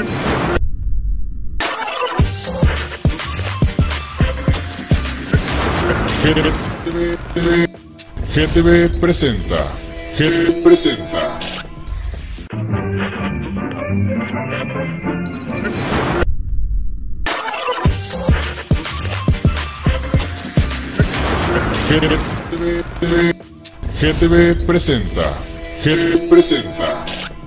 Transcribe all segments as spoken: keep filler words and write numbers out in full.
G T V presenta, G T V presenta. G T V presenta, G T V presenta.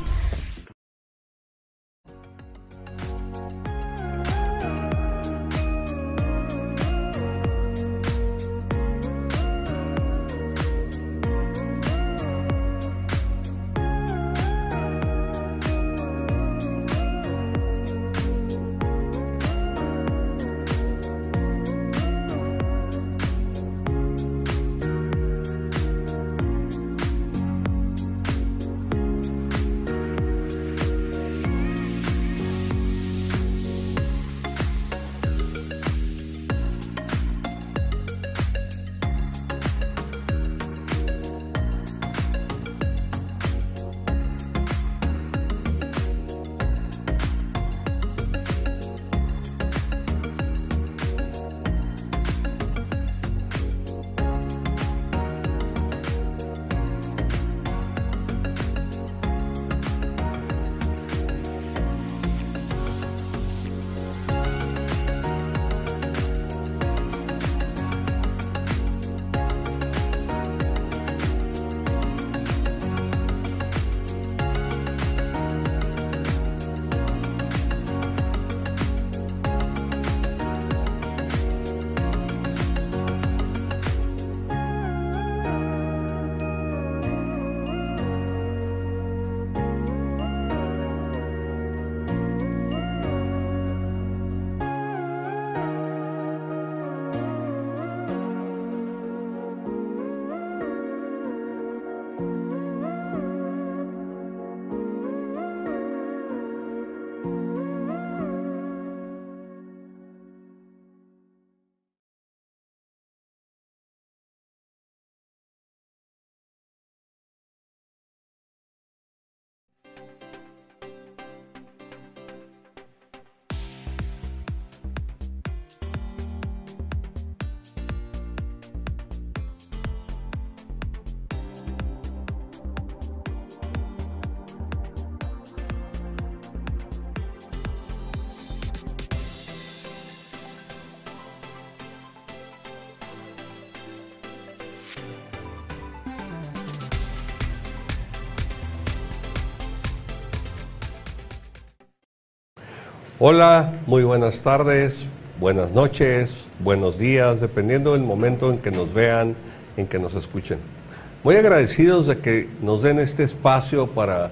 Hola, muy buenas tardes, buenas noches, buenos días, dependiendo del momento en que nos vean, en que nos escuchen. Muy agradecidos de que nos den este espacio para uh,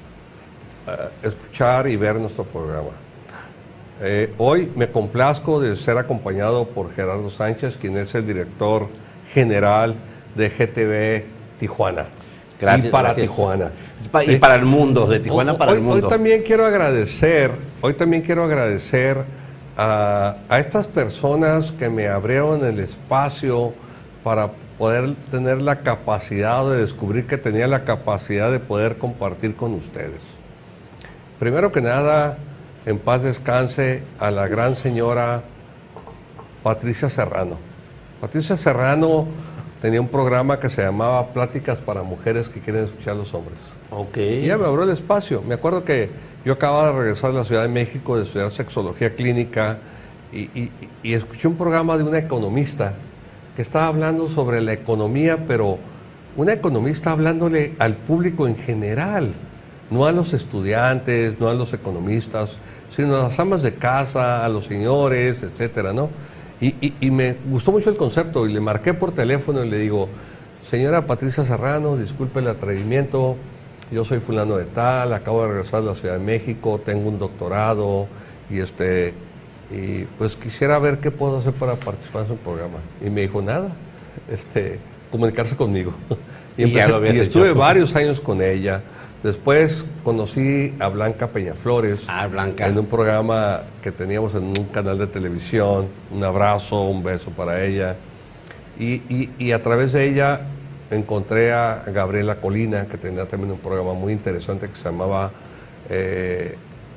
escuchar y ver nuestro programa. Eh, hoy me complazco de ser acompañado por Gerardo Sánchez, quien es el director general de G T V Tijuana. Gracias, y para gracias. Tijuana. Y para el mundo, de Tijuana hoy, para el mundo. Hoy también quiero agradecer, hoy también quiero agradecer a, a estas personas que me abrieron el espacio para poder tener la capacidad de descubrir que tenía la capacidad de poder compartir con ustedes. Primero que nada, en paz descanse a la gran señora Patricia Serrano. Patricia Serrano tenía un programa que se llamaba Pláticas para Mujeres que quieren escuchar a los hombres. Ok. Y ella me abrió el espacio. Me acuerdo que yo acababa de regresar de la Ciudad de México de estudiar sexología clínica y, y, y escuché un programa de una economista que estaba hablando sobre la economía, pero una economista hablándole al público en general, no a los estudiantes, no a los economistas, sino a las amas de casa, a los señores, etcétera, ¿no? Y, y, y me gustó mucho el concepto y le marqué por teléfono y le digo, señora Patricia Serrano, disculpe el atrevimiento, yo soy fulano de tal, acabo de regresar de la Ciudad de México, tengo un doctorado y este y pues quisiera ver qué puedo hacer para participar en su programa. Y me dijo, nada, este, comunicarse conmigo. Y, y, empecé, ya lo habías y hecho. estuve varios años con ella. Después conocí a Blanca Peñaflores ah, Blanca. en un programa que teníamos en un canal de televisión. Un abrazo, un beso para ella. Y, y, y a través de ella encontré a Gabriela Colina, que tenía también un programa muy interesante que se llamaba eh,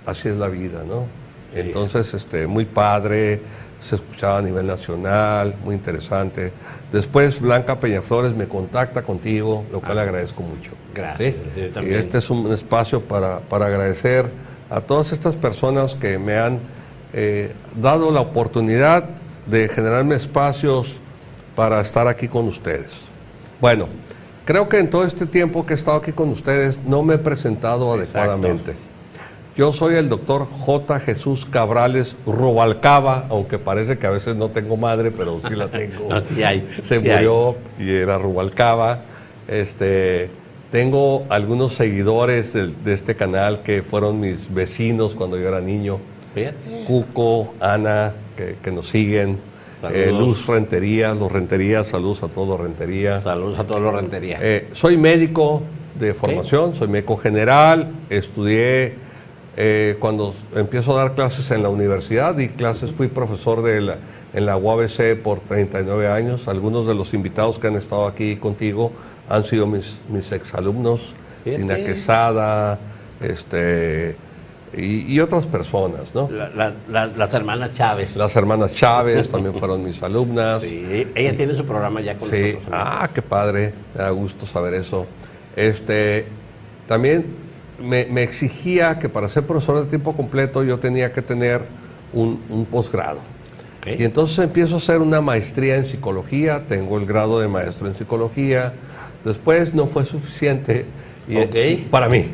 así es la vida, ¿no? Sí. Entonces, este, muy padre, se escuchaba a nivel nacional, muy interesante. Después Blanca Peñaflores me contacta contigo, lo cual ah, le agradezco mucho. Gracias. ¿Sí? Y este es un espacio para, para agradecer a todas estas personas que me han eh, dado la oportunidad de generarme espacios para estar aquí con ustedes. Bueno, creo que en todo este tiempo que he estado aquí con ustedes no me he presentado Exacto. adecuadamente. Yo soy el doctor J. Jesús Cabrales Rubalcaba, aunque parece que a veces no tengo madre, pero sí la tengo. No, sí hay, Se sí murió hay. y era Rubalcaba. Este, tengo algunos seguidores de, de este canal que fueron mis vecinos cuando yo era niño. Fíjate. Cuco, Ana, que, que nos siguen. Eh, Luz Rentería, los Renterías, saludos a todos los Renterías. Saludos a todos los Renterías. Eh, soy médico de formación, ¿Qué? soy médico general, estudié eh, cuando empiezo a dar clases en la universidad, di clases, fui profesor de la, en la U A B C por treinta y nueve años. Algunos de los invitados que han estado aquí contigo han sido mis, mis exalumnos, Tina Quesada, este... Y, y otras personas, ¿no? La, la, la, las hermanas Chávez. Las hermanas Chávez también fueron mis alumnas. Sí, ellas tienen su programa ya con sí. nosotros. Ah, qué padre, me da gusto saber eso. Este, también me, me exigía que para ser profesor de tiempo completo yo tenía que tener un, un posgrado. Okay. Y entonces empiezo a hacer una maestría en psicología, tengo el grado de maestro en psicología. Después no fue suficiente y, okay. para mí.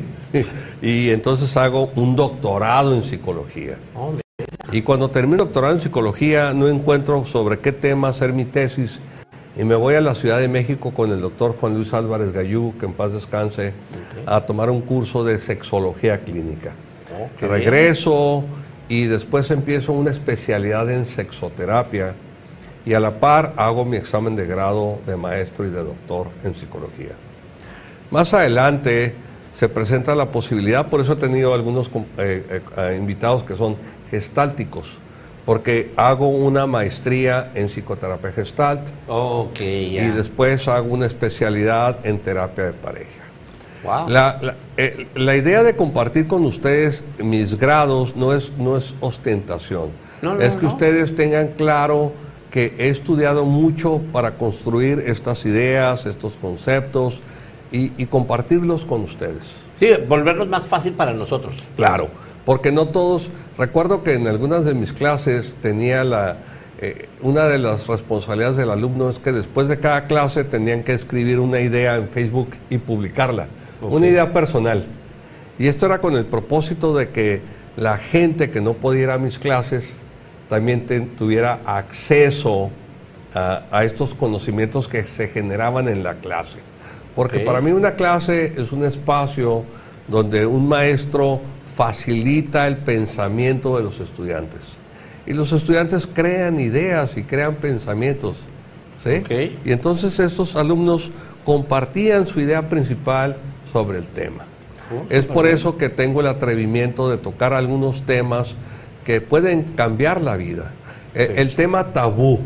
Y entonces hago un doctorado en psicología. Oh, y cuando termino el doctorado en psicología no encuentro sobre qué tema hacer mi tesis y me voy a la Ciudad de México con el doctor Juan Luis Álvarez Gallú, que en paz descanse, okay. a tomar un curso de sexología clínica. Okay. Regreso y después empiezo una especialidad en sexoterapia y a la par hago mi examen de grado de maestro y de doctor en psicología. Más adelante se presenta la posibilidad, por eso he tenido algunos eh, eh, invitados que son gestálticos, porque hago una maestría en psicoterapia gestalt okay, yeah. y después hago una especialidad en terapia de pareja. Wow. La, la, eh, la idea de compartir con ustedes mis grados no es, no es ostentación, no, no, es que no. ustedes tengan claro que he estudiado mucho para construir estas ideas, estos conceptos, Y, y compartirlos con ustedes. Sí, volverlos más fácil para nosotros. Claro, porque no todos... Recuerdo que en algunas de mis clases tenía la... Eh, una de las responsabilidades del alumno es que después de cada clase tenían que escribir una idea en Facebook y publicarla. Okay. Una idea personal. Y esto era con el propósito de que la gente que no podía ir a mis clases también te, tuviera acceso a, a estos conocimientos que se generaban en la clase. Porque okay. para mí una clase es un espacio donde un maestro facilita el pensamiento de los estudiantes. Y los estudiantes crean ideas y crean pensamientos. ¿Sí? Okay. Y entonces estos alumnos compartían su idea principal sobre el tema. Oh, es por bien. eso que tengo el atrevimiento de tocar algunos temas que pueden cambiar la vida. Sí. El, el tema tabú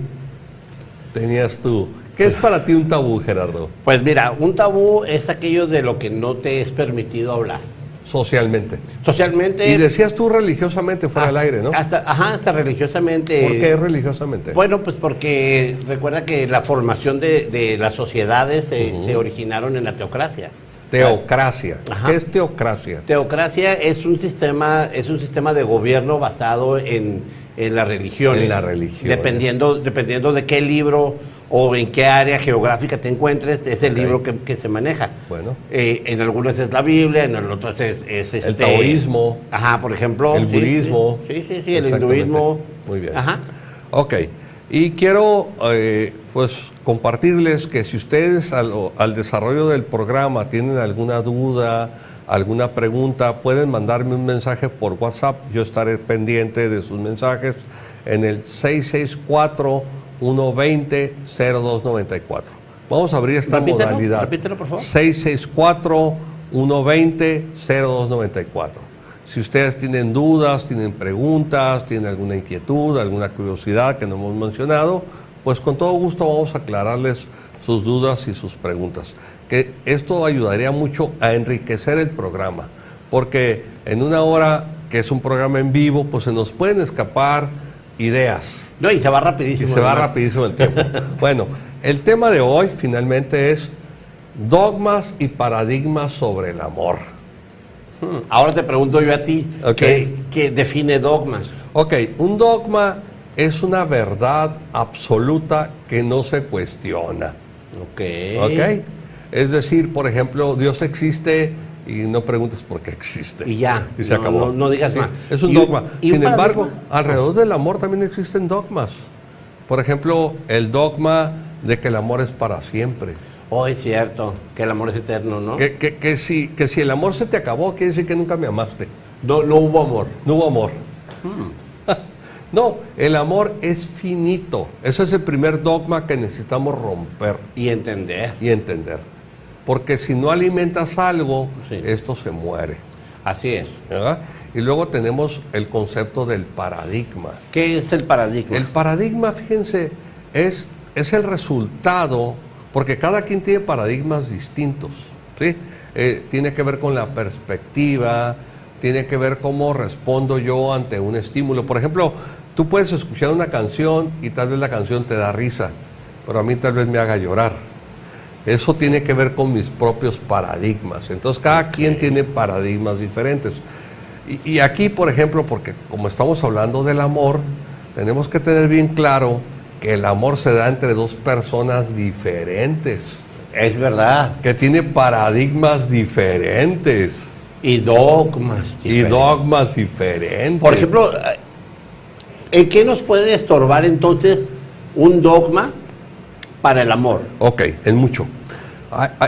tenías tú. ¿Qué es para ti un tabú, Gerardo? Pues mira, un tabú es aquello de lo que no te es permitido hablar. Socialmente. Socialmente. Y decías tú religiosamente fuera hasta, del aire, ¿no? Hasta, ajá, hasta religiosamente. ¿Por qué religiosamente? Bueno, pues porque recuerda que la formación de, de las sociedades se, uh-huh. se originaron en la teocracia. Teocracia. Ajá. ¿Qué es teocracia? Teocracia es un sistema, es un sistema de gobierno basado en, en las religiones. En la religión. Dependiendo, dependiendo de qué libro o en qué área geográfica te encuentres, es el okay. libro que, que se maneja. Bueno. Eh, en algunos es la Biblia, en otros es, es este... El taoísmo. Ajá, por ejemplo. El sí, budismo. Sí, sí, sí, sí el hinduismo. Muy bien. Ajá. Ok. Y quiero, eh, pues, compartirles que si ustedes al, al desarrollo del programa tienen alguna duda, alguna pregunta, pueden mandarme un mensaje por WhatsApp. Yo estaré pendiente de sus mensajes en el seis seis cuatro, uno dos cero, cero dos nueve cuatro. Vamos a abrir esta repítelo, modalidad. Repítelo, por favor. seis seis cuatro, uno dos cero, cero dos nueve cuatro. Si ustedes tienen dudas, tienen preguntas, tienen alguna inquietud, alguna curiosidad que no hemos mencionado, pues con todo gusto vamos a aclararles sus dudas y sus preguntas. Que esto ayudaría mucho a enriquecer el programa, porque en una hora que es un programa en vivo, pues se nos pueden escapar ideas. No, y se va Y rapidísimo. se va además. rapidísimo el tiempo. Bueno, el tema de hoy finalmente es dogmas y paradigmas sobre el amor. Ahora te pregunto yo a ti, Ok. ¿qué, qué define dogmas? Ok, un dogma es una verdad absoluta que no se cuestiona. Ok. ¿Ok? Es decir, por ejemplo, Dios existe y no preguntes por qué existe. Y ya. Y se No, acabó. no- no digas Sí, más. Es un ¿Y un- dogma. y un Sin embargo, paradigma? alrededor del amor también existen dogmas. Por ejemplo, el dogma de que el amor es para siempre. Oh, es cierto, que el amor es eterno, ¿no? Que, que, que si, que si el amor se te acabó, quiere decir que nunca me amaste. No, no hubo amor. No hubo amor. No, el amor es finito. Ese es el primer dogma que necesitamos romper Y entender. y entender. Porque si no alimentas algo, Sí. esto se muere. Así es. ¿Verdad? Y luego tenemos el concepto del paradigma. ¿Qué es el paradigma? El paradigma, fíjense, es, es el resultado, porque cada quien tiene paradigmas distintos, ¿sí? Eh, tiene que ver con la perspectiva, tiene que ver cómo respondo yo ante un estímulo. Por ejemplo, tú puedes escuchar una canción y tal vez la canción te da risa, pero a mí tal vez me haga llorar. Eso tiene que ver con mis propios paradigmas. Entonces, cada quien tiene paradigmas diferentes. Y, y aquí, por ejemplo, porque como estamos hablando del amor, tenemos que tener bien claro que el amor se da entre dos personas diferentes, Es verdad. que tiene paradigmas diferentes Y dogmas. y diferentes. dogmas diferentes. Por ejemplo, ¿en qué nos puede estorbar entonces un dogma para el amor? Ok, en mucho. Ay, ay,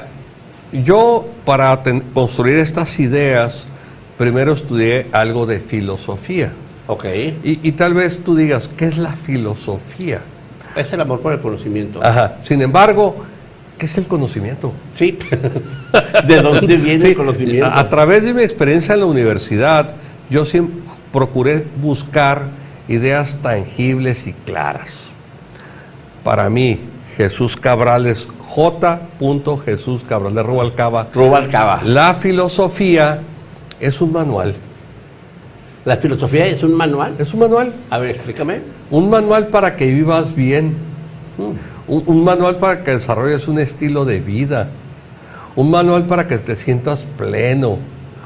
Yo, para ten- construir estas ideas, primero estudié algo de filosofía. Ok. Y, y tal vez tú digas, ¿qué es la filosofía? Es el amor por el conocimiento. Ajá. Sin embargo, ¿qué es el conocimiento? Sí. ¿De dónde viene Sí, el conocimiento? A, a través de mi experiencia en la universidad, yo siempre procuré buscar ideas tangibles y claras. Para mí, Jesús Cabral es J. Jesús Cabral de Rubalcaba. Rubalcaba. La filosofía es un manual. ¿La filosofía es un manual? Es un manual. A ver, explícame. Un manual para que vivas bien. Un, un manual para que desarrolles un estilo de vida. Un manual para que te sientas pleno.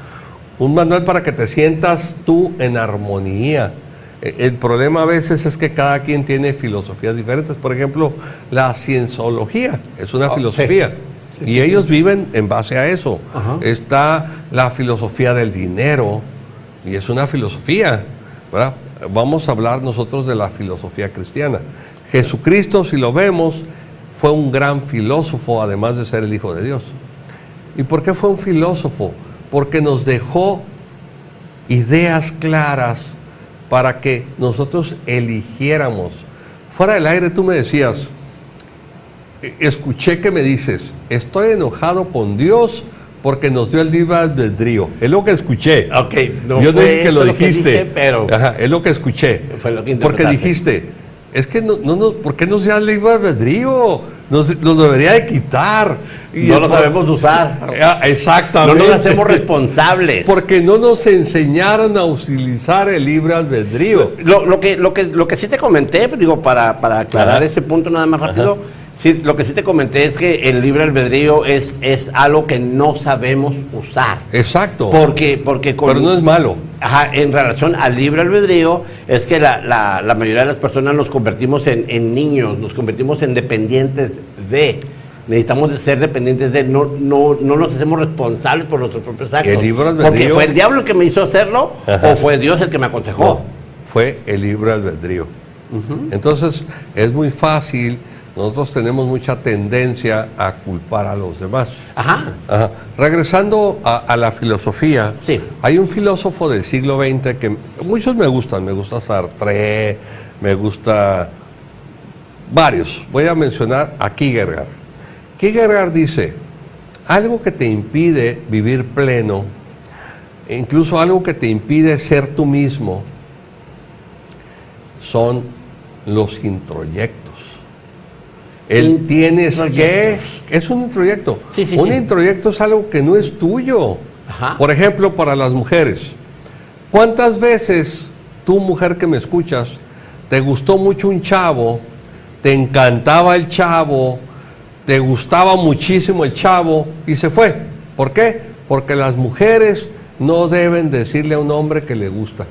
Un manual para que te sientas tú en armonía. E- El problema a veces es que cada quien tiene filosofías diferentes. Por ejemplo, la cienciología es una Oh, filosofía. sí. Sí, y sí, ellos viven en base a eso. Ajá. Está la filosofía del dinero. Y es una filosofía, ¿verdad? Vamos a hablar nosotros de la filosofía cristiana. Jesucristo, si lo vemos, fue un gran filósofo, además de ser el Hijo de Dios. ¿Y por qué fue un filósofo? Porque nos dejó ideas claras para que nosotros eligiéramos. Fuera del aire tú me decías, eh, escuché que me dices, estoy enojado con Dios porque nos dio el libre albedrío. Es lo que escuché. Ok, no Yo no fue dije que eso lo lo que dijiste. dije, pero- Ajá, es lo que escuché. Fue lo que Porque interpretaste. dijiste, es que no, no, nos- ¿por qué nos da el libre albedrío? Nos, nos debería de quitar. Y No lo por- sabemos usar. Ah, No exactamente. nos hacemos responsables. Porque no nos enseñaron a utilizar el libre albedrío. Lo, lo que, lo, que, lo que sí te comenté, pues, digo, para, para aclarar Ajá. ese punto nada más rápido, sí, lo que sí te comenté es que el libre albedrío es, es algo que no sabemos usar. Exacto. Porque, porque con, Pero no es malo. Ajá, en relación al libre albedrío, es que la, la, la mayoría de las personas nos convertimos en, en niños, nos convertimos en dependientes de. Necesitamos de ser dependientes de, no, no, no nos hacemos responsables por nuestros propios actos. El libre albedrío- Porque fue el diablo el que me hizo hacerlo, Ajá. o fue Dios el que me aconsejó. No, fue el libre albedrío. Entonces, es muy fácil, nosotros tenemos mucha tendencia a culpar a los demás. Ajá. Ajá. Regresando a, a la filosofía, Sí. hay un filósofo del siglo veinte que muchos me gustan, me gusta Sartre, me gusta varios. Voy a mencionar a Kierkegaard. Kierkegaard dice, algo que te impide vivir pleno, incluso algo que te impide ser tú mismo, son los introyectos. Él tienes que, es un introyecto. Sí, sí, un sí. introyecto es algo que no es tuyo. Ajá. Por ejemplo, para las mujeres, ¿Cuántas veces tú, mujer que me escuchas, te gustó mucho un chavo, te encantaba el chavo, te gustaba muchísimo el chavo y se fue? ¿Por qué? Porque las mujeres no deben decirle a un hombre que le gusta.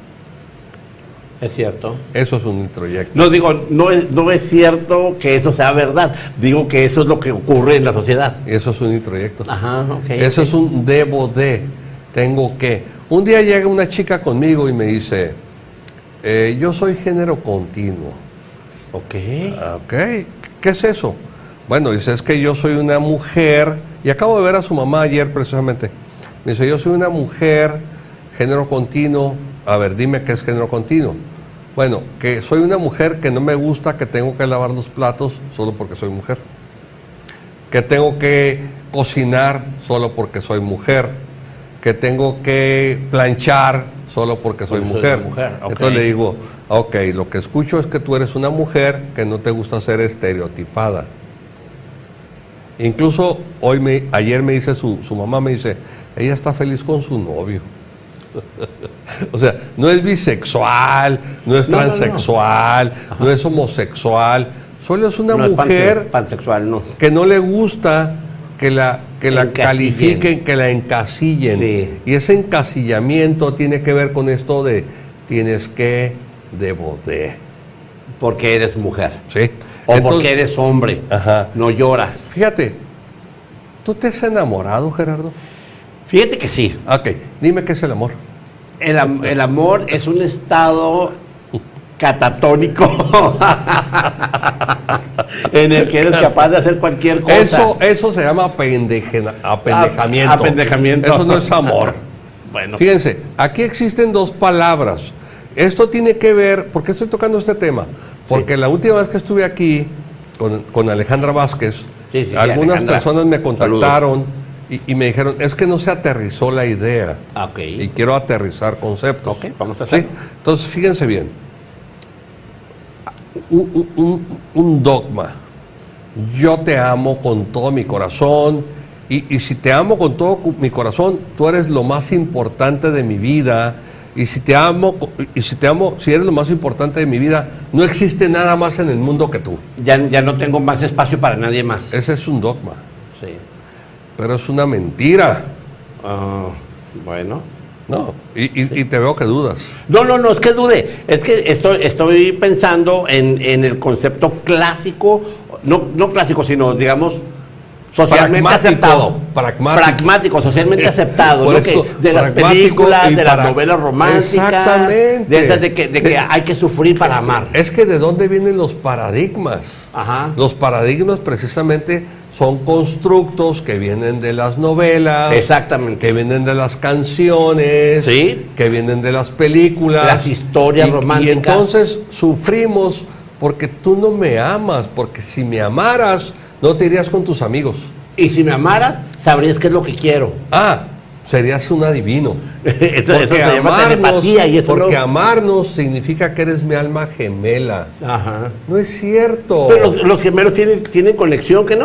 Es cierto. Eso es un introyecto. No digo, no es, no es cierto que eso sea verdad. Digo que eso es lo que ocurre en la sociedad. Eso es un introyecto. Ajá, ok. Eso okay. es un debo de, tengo que. Un día llega una chica conmigo y me dice, eh, yo soy género continuo. Ok. Ok, ¿qué es eso? Bueno, dice, es que yo soy una mujer, y acabo de ver a su mamá ayer precisamente. Me dice, yo soy una mujer, género continuo. A ver, dime qué es género continuo. Bueno, que soy una mujer que no me gusta que tengo que lavar los platos solo porque soy mujer. Que tengo que cocinar solo porque soy mujer. Que tengo que planchar solo porque soy Porque mujer. soy mujer, ok. Entonces le digo, ok, lo que escucho es que tú eres una mujer que no te gusta ser estereotipada. Incluso hoy me, ayer me dice su, su mamá, me dice, ella está feliz con su novio. O sea, no es bisexual, no es No, no, no. transexual, no, no es homosexual, solo es una no mujer es pansexual, no. que no le gusta que la, que la Encasillen. califiquen, que la encasillen. Sí. Y ese encasillamiento tiene que ver con esto de tienes que, debo de. Porque eres mujer. ¿Sí? O Entonces, porque eres hombre. Ajá. No lloras. Fíjate, ¿tú te has enamorado, Gerardo? Fíjate que sí. Ok, dime qué es el amor. El, am- el amor es un estado catatónico en el que eres capaz de hacer cualquier cosa. Eso, eso se llama apendejena- apendejamiento. Ap- apendejamiento. Eso no es amor. Bueno. Fíjense, aquí existen dos palabras. Esto tiene que ver, ¿por qué estoy tocando este tema? Porque Sí. la última vez que estuve aquí con, con Alejandra Vázquez, Sí, sí, sí, algunas Alejandra. personas me contactaron y, y me dijeron, es que no se aterrizó la idea. Ah, ok. Y quiero aterrizar conceptos. Ok, vamos a ¿Sí? hacerlo. Entonces, fíjense bien. Un, un- un dogma. Yo te amo con todo mi corazón. Y, y si te amo con todo cu- mi corazón, tú eres lo más importante de mi vida. Y si te amo, co- y si te amo, si eres lo más importante de mi vida, no existe nada más en el mundo que tú. Ya, ya no tengo más espacio para nadie más. Ese es un dogma. Sí. Pero es una mentira. Ah, bueno. No. Y, y- y te veo que dudas. No, no, no, es que dude. Es que estoy, estoy pensando en, en el concepto clásico, no, no clásico, sino, digamos, socialmente Pragmático, aceptado. pragmático. Pragmático, socialmente aceptado. Por ¿no? eso, Que de las pragmático películas, y de para- las novelas románticas. Exactamente. De esas de que, de que hay que sufrir para amar. Es que de dónde vienen los paradigmas. Ajá. Los paradigmas precisamente son constructos que vienen de las novelas, Exactamente. que vienen de las canciones, Sí. que vienen de las películas, Las historias y, románticas. Y entonces sufrimos porque tú no me amas, porque si me amaras no te irías con tus amigos. Y si me amaras, sabrías qué es lo que quiero. Ah, serías un adivino. eso, eso Porque se llama amarnos, telepatía y eso porque no. amarnos significa que eres mi alma gemela. Ajá. No es cierto. Pero los, los gemelos tienen, tienen conexión, ¿que no?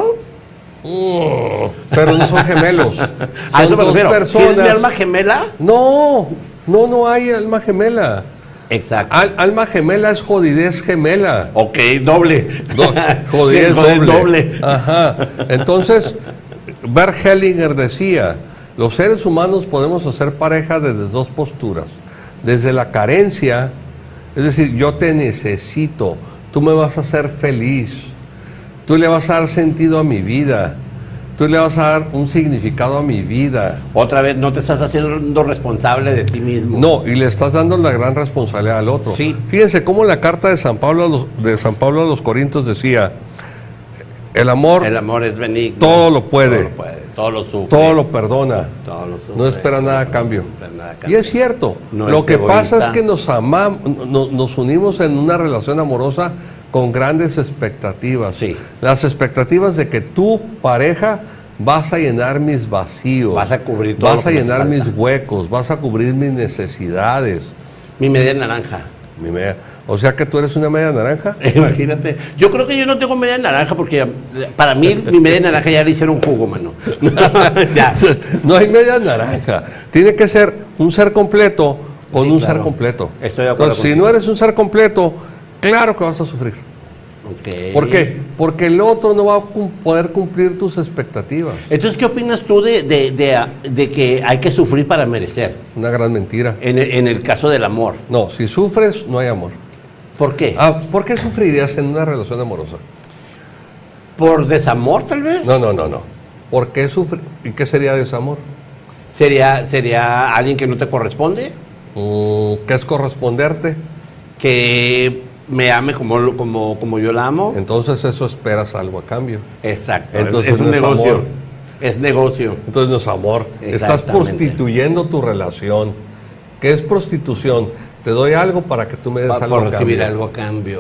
Mm, pero no son gemelos. A eso Son me dos refiero. ¿Tienes mi personas. alma gemela? No, no, no hay alma gemela. Exacto. Al- alma gemela es jodidez gemela. Ok, doble. No, jodidez Joder, doble. doble. Ajá. Entonces, Bert Hellinger decía, los seres humanos podemos hacer pareja desde dos posturas. Desde la carencia, es decir, yo te necesito, tú me vas a hacer feliz, tú le vas a dar sentido a mi vida, tú le vas a dar un significado a mi vida. Otra vez, no te estás haciendo responsable de ti mismo. No, y le estás dando la gran responsabilidad al otro. Sí. Fíjense cómo la carta de San Pablo a los, de San Pablo a los Corintios decía, el amor El amor es benigno. todo lo puede, Todo lo puede. Todo lo sufre. todo lo perdona, todo lo sufre, no espera todo nada a lo- cambio. no espera nada a Y cambio. es cierto, No lo es que pasa es egoísta. que nos amamos, no- nos unimos en una relación amorosa con grandes expectativas. Sí. Las expectativas de que tu pareja vas a llenar mis vacíos, Vas a cubrir todo vas lo a que me llenar falta. mis huecos, vas a cubrir mis necesidades. Mi media naranja. Mi media- o sea que tú eres una media naranja. Imagínate. Yo creo que yo no tengo media naranja porque ya- para mí mi media naranja ya le hicieron jugo, mano. ya. No hay media naranja. Tiene que ser un ser completo con Sí, un claro. ser completo. Estoy de acuerdo Entonces, si contigo. no eres un ser completo, claro que vas a sufrir. Ok. ¿Por qué? Porque el otro no va a cum- poder cumplir tus expectativas. Entonces, ¿qué opinas tú de, de, de, de que hay que sufrir para merecer? Una gran mentira. En el, en el caso del amor. No, si sufres, no hay amor. ¿Por qué? Ah, ¿por qué sufrirías en una relación amorosa? ¿Por desamor, tal vez? No, no, no, no. ¿Por qué sufrir? ¿Y qué sería desamor? ¿Sería, sería alguien que no te corresponde? Mm, ¿Qué es corresponderte? ¿Que me ame como, lo- como, como yo la amo? Entonces eso esperas algo a cambio. Exacto. Entonces es un no es negocio. amor. Es negocio. Entonces no es amor. Estás Exactamente. prostituyendo tu relación. ¿Qué es prostitución? Te doy algo para que tú me des Pa- algo por a recibir cambio. algo a cambio.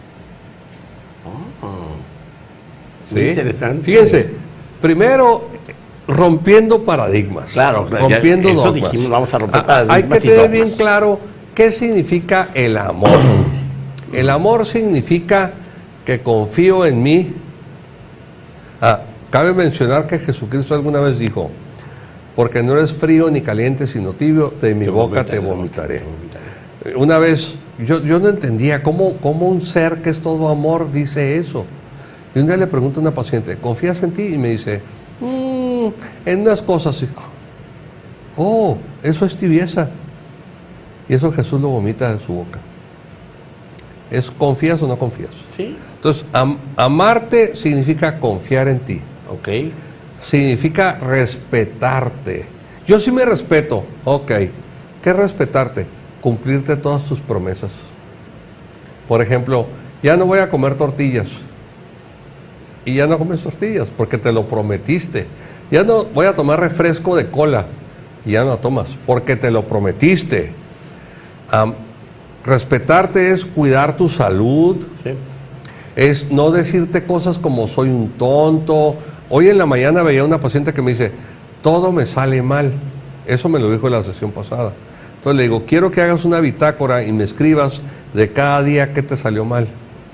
Oh, ¿Sí? muy interesante. Fíjense, primero rompiendo paradigmas. Claro, claro, ya- rompiendo eso dogmas. dijimos, vamos a romper Ah, paradigmas Hay que y tener dogmas. bien claro qué significa el amor. El amor significa que confío en mí. Ah, cabe mencionar que Jesucristo alguna vez dijo, porque no eres frío ni caliente sino tibio, de mi Te boca vomitaré, te vomitaré. te vomitaré. Una vez, yo, yo no entendía cómo, cómo un ser que es todo amor dice eso. Y un día le pregunto a una paciente, ¿confías en ti? Y me dice, "Mm, en unas cosas. Y, oh, eso es tibieza. Y eso Jesús lo vomita de su boca. ¿Es confías o no confías? Sí. Entonces, am- amarte significa confiar en ti. Ok. Significa respetarte. Yo sí me respeto. Ok. ¿Qué es respetarte? Cumplirte todas tus promesas. Por ejemplo, ya no voy a comer tortillas. Y ya no comes tortillas porque te lo prometiste. Ya no voy a tomar refresco de cola. Y ya no la tomas porque te lo prometiste. Am- respetarte es cuidar tu salud. Sí. Es no decirte cosas como soy un tonto. Hoy en la mañana veía una paciente que me dice, todo me sale mal. Eso me lo dijo en la sesión pasada. Entonces le digo, quiero que hagas una bitácora y me escribas de cada día qué te salió mal.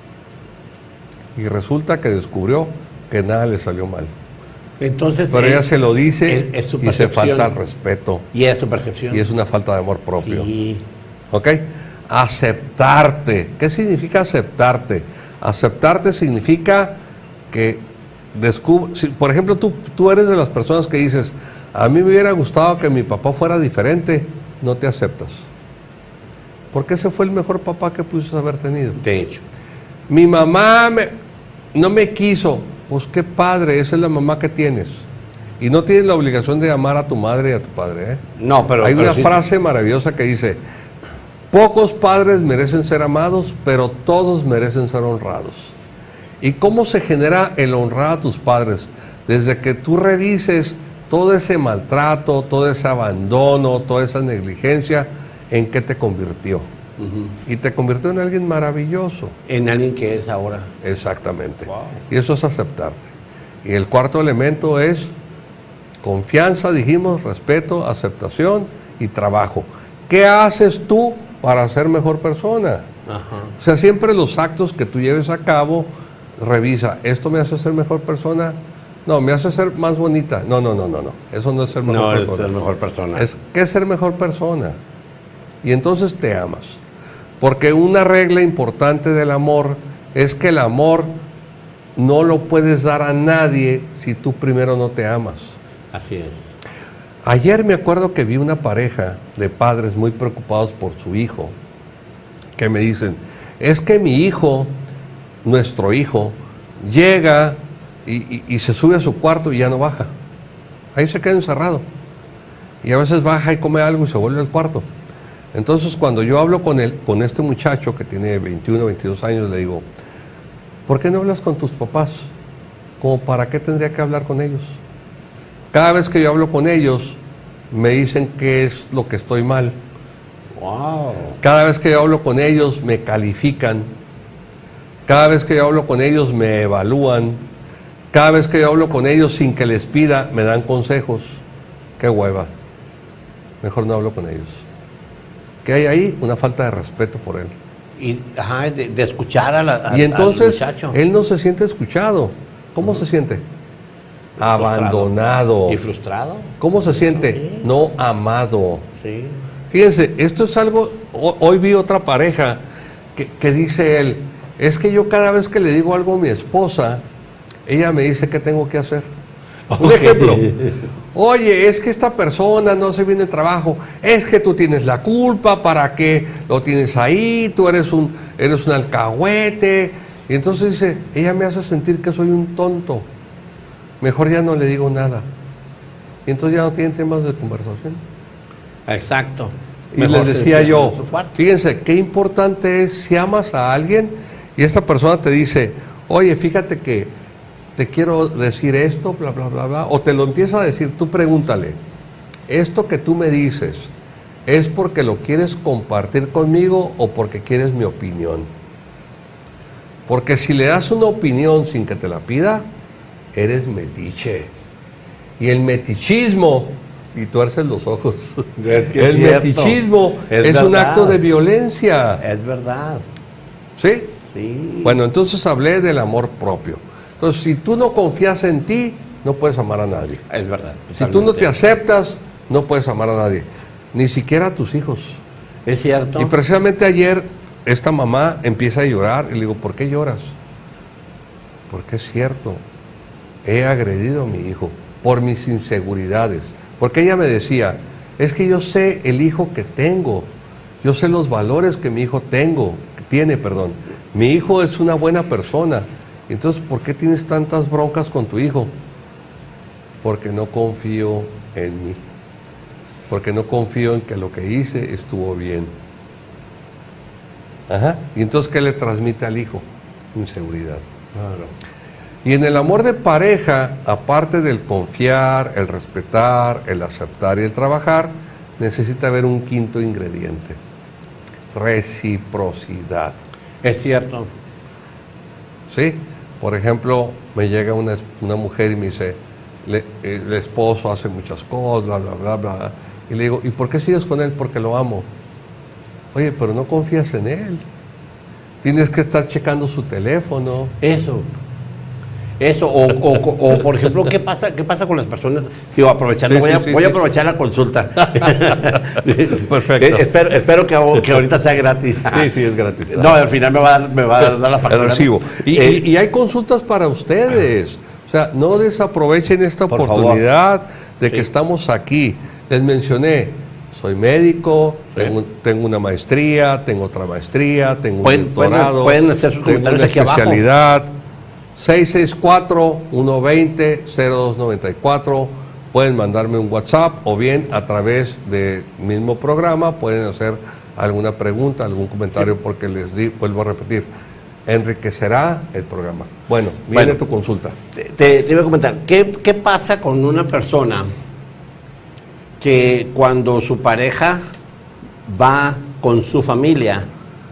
Y resulta que descubrió que nada le salió mal. Entonces. Pero es- ella se lo dice es- es su y se percepción. falta el respeto. Y es su percepción. Y es una falta de amor propio. Sí. ¿Ok? Aceptarte. ¿Qué significa aceptarte? Aceptarte significa que descubre, si, por ejemplo, tú, tú eres de las personas que dices, a mí me hubiera gustado que mi papá fuera diferente, no te aceptas. Porque ese fue el mejor papá que pudiste haber tenido. De hecho. Mi mamá me- no me quiso. Pues qué padre, esa es la mamá que tienes. Y no tienes la obligación de amar a tu madre y a tu padre, ¿eh? No, pero. Hay pero una sí- frase maravillosa que dice, pocos padres merecen ser amados, pero todos merecen ser honrados. ¿Y cómo se genera el honrar a tus padres? Desde que tú revises todo ese maltrato, todo ese abandono, toda esa negligencia, ¿en qué te convirtió? Ujú. Y te convirtió en alguien maravilloso. En alguien que es ahora. Exactamente. Wow. Y eso es aceptarte. Y el cuarto elemento es confianza, dijimos, respeto, aceptación y trabajo. ¿Qué haces tú para ser mejor persona? Ajá. O sea, siempre los actos que tú lleves a cabo, revisa, ¿esto me hace ser mejor persona? No, me hace ser más bonita. No, no, no, no, no. Eso no es ser mejor No es persona. ser mejor persona. Es ¿qué es ser mejor persona? Y entonces te amas. Porque una regla importante del amor es que el amor no lo puedes dar a nadie si tú primero no te amas. Así es. Ayer me acuerdo que vi una pareja de padres muy preocupados por su hijo, que me dicen, es que mi hijo, nuestro hijo, llega y, y- y se sube a su cuarto y ya no baja. Ahí se queda encerrado. Y a veces baja y come algo y se vuelve al cuarto. Entonces cuando yo hablo con él, con este muchacho que tiene veintiuno, veintidós años, le digo, ¿por qué no hablas con tus papás? ¿Cómo para qué tendría que hablar con ellos? Cada vez que yo hablo con ellos, me dicen qué es lo que estoy mal. Wow. Cada vez que yo hablo con ellos, me califican. Cada vez que yo hablo con ellos, me evalúan. Cada vez que yo hablo con ellos, sin que les pida, me dan consejos. Qué hueva. Mejor no hablo con ellos. ¿Qué hay ahí? Una falta de respeto por él. Y ajá, de, de escuchar a la, a- Y al entonces, muchacho. él no se siente escuchado. ¿Cómo se siente? Abandonado. ¿Y frustrado? ¿Cómo se sisiente? Sí. No amado. Sí. Fíjense, esto es algo, hoy vi otra pareja que, que dice él, es que yo cada vez que le digo algo a mi esposa, ella me dice qué tengo que hacer. Un ejemplo, oye, es que esta persona no hace bien el trabajo, es que tú tienes la culpa, ¿para qué lo tienes ahí? Tú eres un, eres un alcahuete. Y entonces dice, ella me hace sentir que soy un tonto, mejor ya no le digo nada. Y entonces ya no tienen temas de conversación. Exacto. Y les decía yo, fíjense, qué importante es si amas a alguien y esta persona te dice, oye, fíjate que te quiero decir esto, bla, bla, bla, bla, o te lo empieza a decir, tú pregúntale, esto que tú me dices, ¿es porque lo quieres compartir conmigo o porque quieres mi opinión? Porque si le das una opinión sin que te la pida, eres metiche. Y el metichismo, y tuerces los ojos, es que el es metichismo es, es un acto de violencia. Es verdad. ¿Sí? Sí. Bueno, entonces hablé del amor propio. Entonces, si tú no confías en ti, no puedes amar a nadie. Es verdad. Si tú no te aceptas, no puedes amar a nadie. Ni siquiera a tus hijos. Es cierto. Y precisamente ayer, esta mamá empieza a llorar y le digo, ¿por qué lloras? Porque es cierto, he agredido a mi hijo por mis inseguridades. Porque ella me decía, es que yo sé el hijo que tengo, yo sé los valores que mi hijo tengo, que tiene, perdón. Mi hijo es una buena persona. Entonces, ¿por qué tienes tantas broncas con tu hijo? Porque no confío en mí. Porque no confío en que lo que hice estuvo bien. Ajá. Y entonces, ¿qué le transmite al hijo? Inseguridad. Claro. Y en el amor de pareja, aparte del confiar, el respetar, el aceptar y el trabajar, necesita haber un quinto ingrediente: reciprocidad. Es cierto. ¿Sí? Por ejemplo, me llega una, una mujer y me dice, le, el esposo hace muchas cosas, bla, bla, bla, bla. Y le digo, ¿y por qué sigues con él? Porque lo amo. Oye, pero no confías en él. Tienes que estar checando su teléfono. Eso. Eso, o, o, o por ejemplo, ¿qué pasa, qué pasa con las personas? Digo, aprovechando, Sí, voy, sí, a, sí, voy sí. a aprovechar la consulta. Perfecto. Eh, espero espero que, que ahorita sea gratis. Sí, sí, es gratis. No, al final me va a dar, me va a dar la factura. El recibo. Y, Eh, y, y hay consultas para ustedes. O sea, no desaprovechen esta Por oportunidad de que Sí. estamos aquí. Les mencioné, soy médico, Sí. tengo, tengo una maestría, tengo otra maestría, tengo un Pueden- doctorado, pueden- pueden hacer sus tengo comentarios una aquí abajo. especialidad. seis seis cuatro, uno dos cero, cero dos nueve cuatro. Pueden mandarme un WhatsApp o bien a través del mismo programa pueden hacer alguna pregunta, algún comentario, porque les di, vuelvo a repetir, enriquecerá el programa. Bueno, viene Bueno. tu consulta. Te, te iba a comentar, ¿qué, ¿qué pasa con una persona que cuando su pareja va con su familia,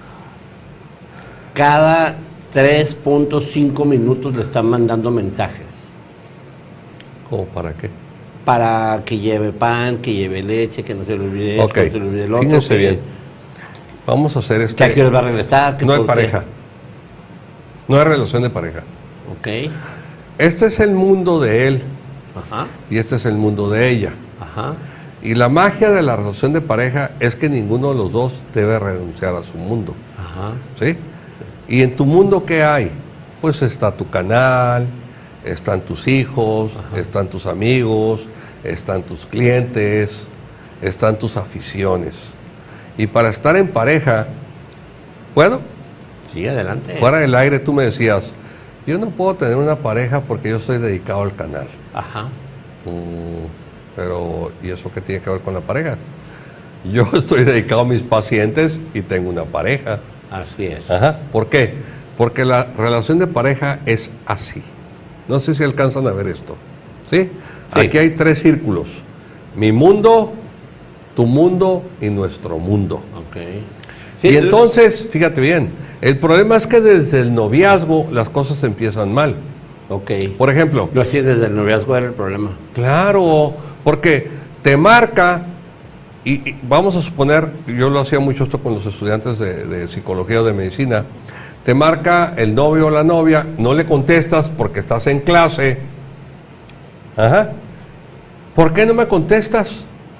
cada tres punto cinco minutos le están mandando mensajes ¿Cómo para qué? para que lleve pan, que lleve leche, que no se le olvide esto, Ok, que no se le olvide el otro, fíjense que, bien. Vamos a hacer que este... a qué hora va a regresar, que No hay por qué. pareja. No hay relación de pareja. Ok, Este es el mundo de él ajá, y este es el mundo de ella. ajá, Y la magia de la relación de pareja es que ninguno de los dos debe renunciar a su mundo. ajá, ¿Sí? Y en tu mundo, ¿qué hay? Pues está tu canal, están tus hijos, Ajá. están tus amigos, están tus clientes, están tus aficiones. Y para estar en pareja, bueno, sí, adelante. fuera del aire tú me decías, yo no puedo tener una pareja porque yo estoy dedicado al canal. Ajá, Mm, pero, ¿y eso qué tiene que ver con la pareja? Yo estoy dedicado a mis pacientes y tengo una pareja. así es. Ajá. ¿Por qué? Porque la relación de pareja es así. No sé si alcanzan a ver esto. ¿Sí? Sí. Aquí hay tres círculos. Mi mundo, tu mundo y nuestro mundo. Ok. Y entonces, fíjate bien, el problema es que desde el noviazgo las cosas empiezan mal. Ok. Por ejemplo, Lo hacía desde el noviazgo, era el problema. claro, porque te marca, y, y vamos a suponer, yo lo hacía mucho esto con los estudiantes de, de psicología o de medicina, te marca el novio o la novia, no le contestas porque estás en clase. Ajá. ¿Por qué no me contestas?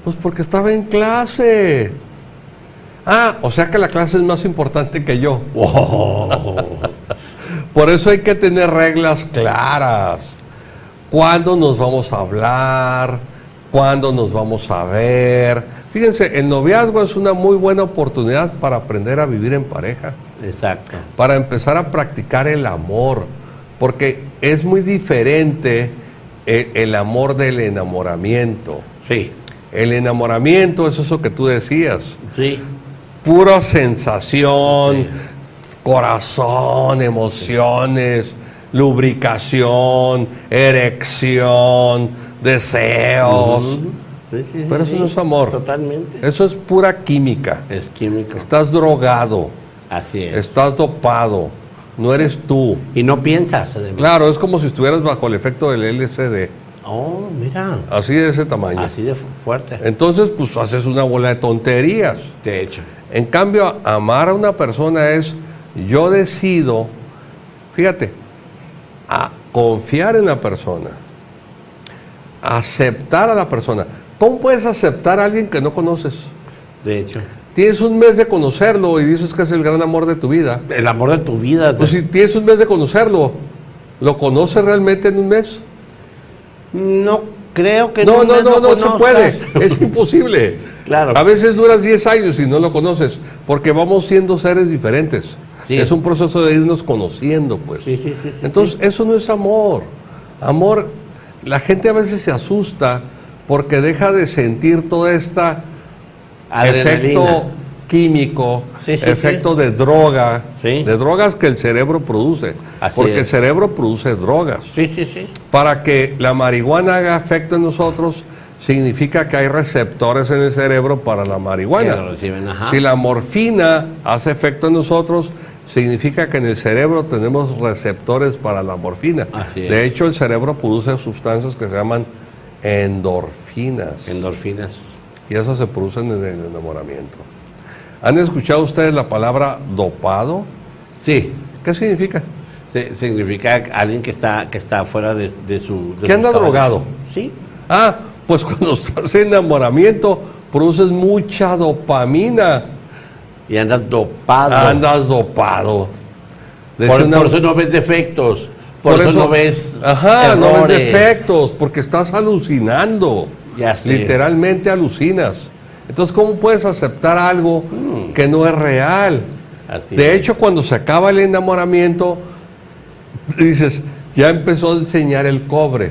Pues porque estaba en clase. Ah, o sea que la clase es más importante que yo. Wow. Por eso hay que tener reglas claras. ¿Cuándo nos vamos a hablar? ¿Cuándo nos vamos a ver? Fíjense, el noviazgo es una muy buena oportunidad para aprender a vivir en pareja. Exacto. Para empezar a practicar el amor. Porque es muy diferente el, el amor del enamoramiento. Sí. El enamoramiento es eso que tú decías. Sí. Pura sensación, Sí. corazón, emociones, lubricación, erección, deseos. Uh-huh. Sí, sí, sí, Pero eso sí. no es amor. Totalmente. Eso es pura química. Es químico. Estás drogado, Así es. estás dopado, no eres tú. Y no piensas, además. Claro, es como si estuvieras bajo el efecto del L S D, Oh, mira. así de ese tamaño. Así de fu- fuerte. Entonces, pues haces una bola de tonterías. De hecho. En cambio, amar a una persona es, yo decido, fíjate, a confiar en la persona, aceptar a la persona. ¿Cómo puedes aceptar a alguien que no conoces? De hecho. Tienes un mes de conocerlo y dices que es el gran amor de tu vida. El amor de tu vida. Pues si tienes un mes de conocerlo, ¿lo conoces realmente en un mes? No creo que No, no, me no, lo no se conozcas. puede. Es imposible. Claro. A veces duras diez años y no lo conoces, porque vamos siendo seres diferentes. Sí. Es un proceso de irnos conociendo, pues. Sí, sí, sí, sí, Entonces, sí. eso no es amor. Amor, la gente a veces se asusta porque deja de sentir toda esta Adrenalina. efecto químico, Sí, sí, efecto de droga, Sí. de drogas que el cerebro produce. Así porque es. el cerebro produce drogas. Sí, sí, sí. Para que la marihuana haga efecto en nosotros, significa que hay receptores en el cerebro para la marihuana. Que lo reciben, ajá. Si la morfina hace efecto en nosotros, significa que en el cerebro tenemos receptores para la morfina. Así es. De hecho, el cerebro produce sustancias que se llaman endorfinas. Endorfinas. Y esas se producen en el enamoramiento. ¿Han escuchado ustedes la palabra dopado? Sí. ¿Qué significa? Se- Significa alguien que está que está fuera de, de su... de Que su anda estado. drogado. Sí. Ah, pues cuando estás en enamoramiento produces mucha dopamina. Y andas dopado. Andas dopado. Decía Por, una- por eso no ves defectos. Por, eso, no ves Ajá, no ves errores. defectos, porque estás alucinando. Ya sé. Literalmente alucinas. Entonces, ¿cómo puedes aceptar algo que no es real? Así De es. hecho, cuando se acaba el enamoramiento, dices, ya empezó a enseñar el cobre.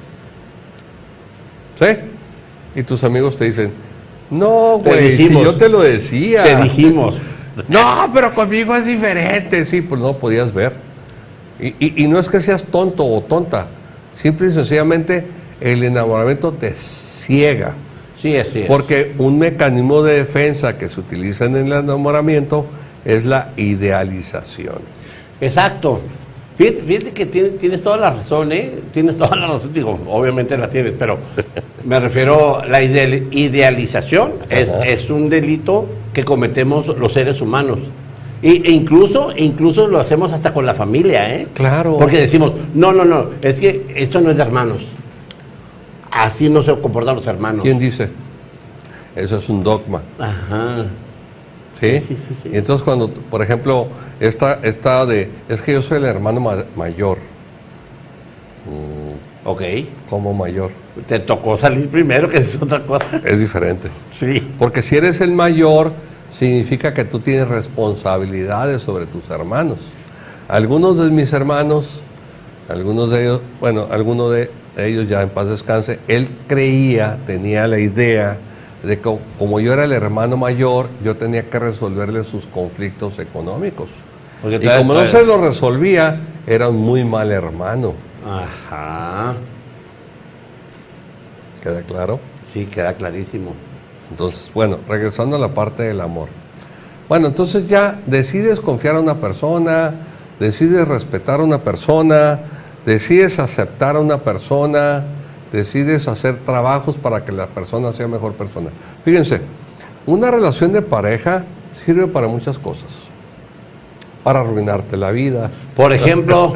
¿Sí? Y tus amigos te dicen, no, Te güey, si dijimos. yo te lo decía. Te dijimos. No, pero conmigo es diferente. Sí, pues no podías ver. Y, y- y no es que seas tonto o tonta. Simple y sencillamente el enamoramiento te ciega. Sí, así es. Porque un mecanismo de defensa que se utiliza en el enamoramiento es la idealización. Exacto. Fíjate, fíjate que tienes, tienes toda la razón, ¿eh? Tienes toda la razón. Digo, obviamente la tienes, pero me refiero a la ideal- idealización. Es, Ajá. es un delito que cometemos los seres humanos. Y, e incluso, e incluso lo hacemos hasta con la familia, ¿eh? Claro. Porque decimos, no, no, no, es que esto no es de hermanos. Así no se comportan los hermanos. ¿Quién dice? Eso es un dogma. Ajá. ¿Sí? Sí, sí, sí, sí. Y entonces cuando, por ejemplo, esta, esta de, es que yo soy el hermano ma- mayor. Mm, Ok. ¿Cómo mayor? Te tocó salir primero, que es otra cosa. Es diferente. Sí. Porque si eres el mayor, significa que tú tienes responsabilidades sobre tus hermanos. Algunos de mis hermanos, algunos de ellos, bueno, algunos de ellos ya en paz descanse, él creía, tenía la idea de que como yo era el hermano mayor, yo tenía que resolverle sus conflictos económicos. Porque Y todavía- como no todavía- se lo resolvía, era un muy mal hermano. Ajá. ¿Queda claro? Sí, queda clarísimo. Entonces, bueno, regresando a la parte del amor. Bueno, entonces ya decides confiar a una persona, decides respetar a una persona, decides aceptar a una persona, decides hacer trabajos para que la persona sea mejor persona. Fíjense, una relación de pareja sirve para muchas cosas. Para arruinarte la vida, Por ejemplo,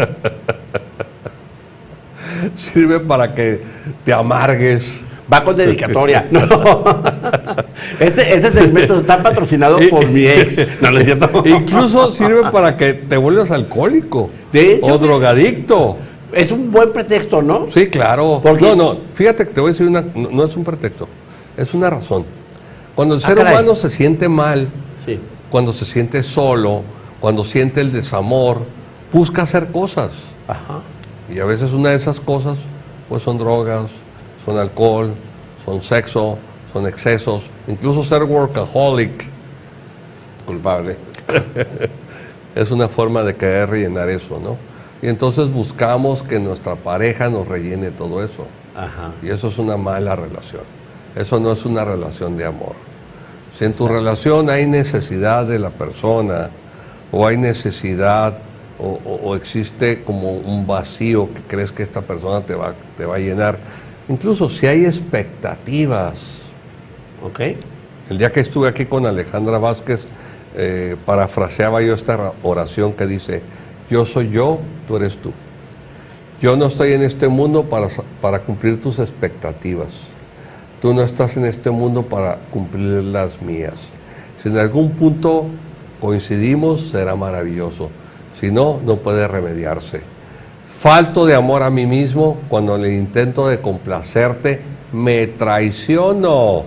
sirve para que te amargues. va con dedicatoria. No. Este, este segmento está patrocinado por mi ex. No, no es cierto. Incluso sirve para que te vuelvas alcohólico. De hecho, o drogadicto. Es un buen pretexto, ¿no? Sí, claro. ¿Por qué? No, no, fíjate que te voy a decir una, no, no es un pretexto, es una razón. Cuando el Ah, ser caray. humano se siente mal, Sí. cuando se siente solo, cuando siente el desamor, busca hacer cosas. Ajá. Y a veces una de esas cosas, pues son drogas, son alcohol, son sexo, son excesos, incluso ser workaholic. Culpable. Es una forma de querer rellenar eso, ¿no? Y entonces buscamos que nuestra pareja nos rellene todo eso. Ajá. Y eso es una mala relación. Eso no es una relación de amor. Si en tu relación hay necesidad de la persona, o hay necesidad, o, o- o existe como un vacío que crees que esta persona te va, te va a llenar, incluso si hay expectativas. Ok. El día que estuve aquí con Alejandra Vázquez, eh, parafraseaba yo esta oración que dice: yo soy yo, tú eres tú. Yo no estoy en este mundo para, sa- para cumplir tus expectativas. Tú no estás en este mundo para cumplir las mías. Si en algún punto coincidimos, será maravilloso. Si no, no puede remediarse. Falto de amor a mí mismo cuando en el intento de complacerte me traiciono.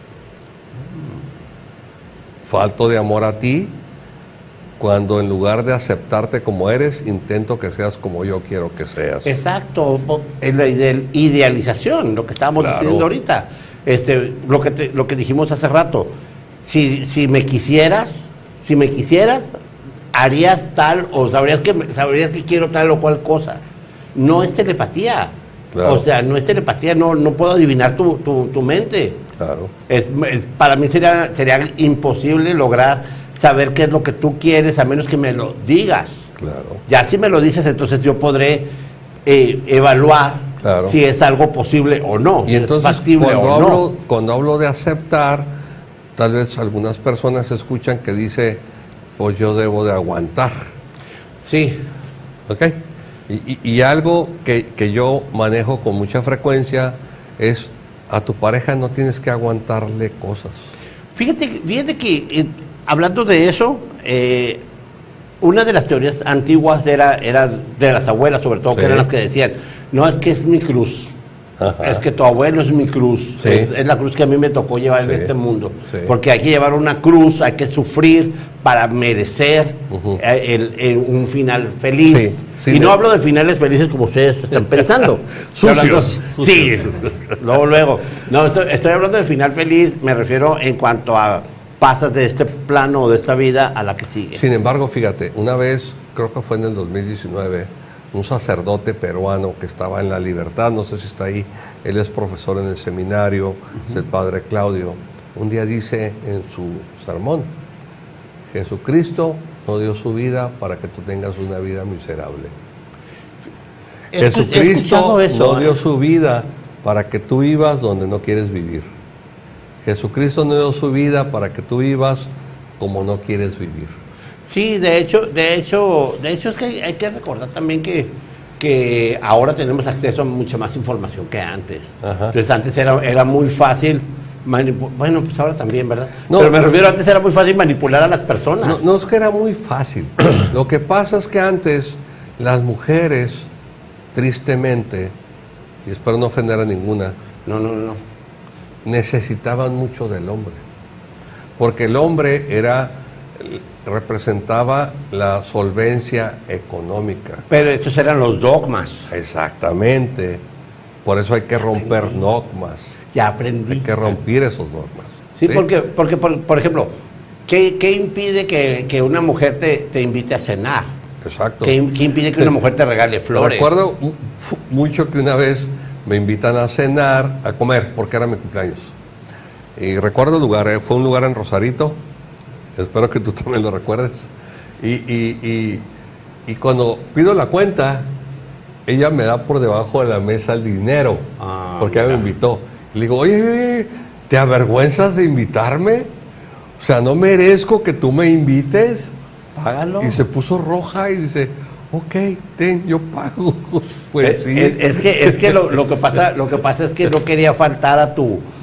Falto de amor a ti cuando en lugar de aceptarte como eres, intento que seas como yo quiero que seas. Exacto, po- es la ide- idealización, lo que estábamos Claro. diciendo ahorita. Este, lo que te- lo que dijimos hace rato. Si, si me quisieras, si me quisieras, harías tal o sabrías que me- sabrías que quiero tal o cual cosa. No es telepatía. Claro. O sea, no es telepatía, no, no puedo adivinar tu, tu, tu mente. Claro. Es, es- para mí sería, sería imposible lograr saber qué es lo que tú quieres a menos que me lo digas. Claro. Ya si me lo dices, entonces yo podré eh, evaluar Claro. si es algo posible o no, Y si entonces es factible cuando o hablo, no. cuando hablo de aceptar, tal vez algunas personas escuchan que dice, pues yo debo de aguantar. Sí, ¿Ok? Y, y- y algo que, que yo manejo con mucha frecuencia es, a tu pareja no tienes que aguantarle cosas. fíjate, fíjate que eh, hablando de eso, eh, una de las teorías antiguas era, era de las abuelas, sobre todo, Sí. que eran las que decían, no, es que es mi cruz. Ajá. Es que tu abuelo es mi cruz, Sí. es, es la cruz que a mí me tocó llevar Sí. en este mundo. Sí. Porque hay que llevar una cruz, hay que sufrir para merecer Ujú. eh, el- el- un final feliz. Sí, sí, y no me- hablo de finales felices como ustedes están pensando. Estoy Sucios. hablando- Sí, luego, luego. No, estoy, estoy hablando de final feliz, me refiero en cuanto a pasas de este plano o de esta vida a la que sigue. Sin embargo, fíjate, una vez, creo que fue en el dos mil diecinueve, un sacerdote peruano que estaba en La Libertad, no sé si está ahí, él es profesor en el seminario, es el padre Claudio, un día dice en su sermón, Jesucristo no dio su vida para que tú tengas una vida miserable. He escu- he Jesucristo escuchado eso, no dio ¿eh? su vida para que tú vivas donde no quieres vivir. Jesucristo no dio su vida para que tú vivas como no quieres vivir. Sí, de hecho, de hecho, de hecho es que hay, hay que recordar también que, que ahora tenemos acceso a mucha más información que antes. Ajá. Entonces antes era, era muy fácil manipu- bueno, pues ahora también, ¿verdad? No. Pero me refiero, antes era muy fácil manipular a las personas. No, no es que era muy fácil. Lo que pasa es que antes las mujeres, tristemente, y espero no ofender a ninguna, no, no, no. necesitaban mucho del hombre. Porque el hombre era, representaba la solvencia económica. Pero esos eran los dogmas. Exactamente. Por eso hay que romper dogmas. Ya aprendí. Hay que romper esos dogmas. Sí, porque, porque por, por ejemplo, ¿qué, qué impide que, que una mujer te, te invite a cenar? Exacto. ¿Qué, qué impide que una mujer te regale flores? Recuerdo mu- fu- mucho que una vez me invitan a cenar, a comer, porque era mi cumpleaños. Y recuerdo el lugar, eh, fue un lugar en Rosarito, espero que tú también lo recuerdes. Y, y, y, y cuando pido la cuenta, ella me da por debajo de la mesa el dinero, Ah, porque ella me mira. invitó. Y le digo, oye, oye, ¿te avergüenzas de invitarme? O sea, ¿no merezco que tú me invites? Págalo. Y se puso roja y dice, ok, ten, yo pago. Pues es, sí. es- es que, es que lo, lo que pasa, lo que pasa es que no quería faltar a tu,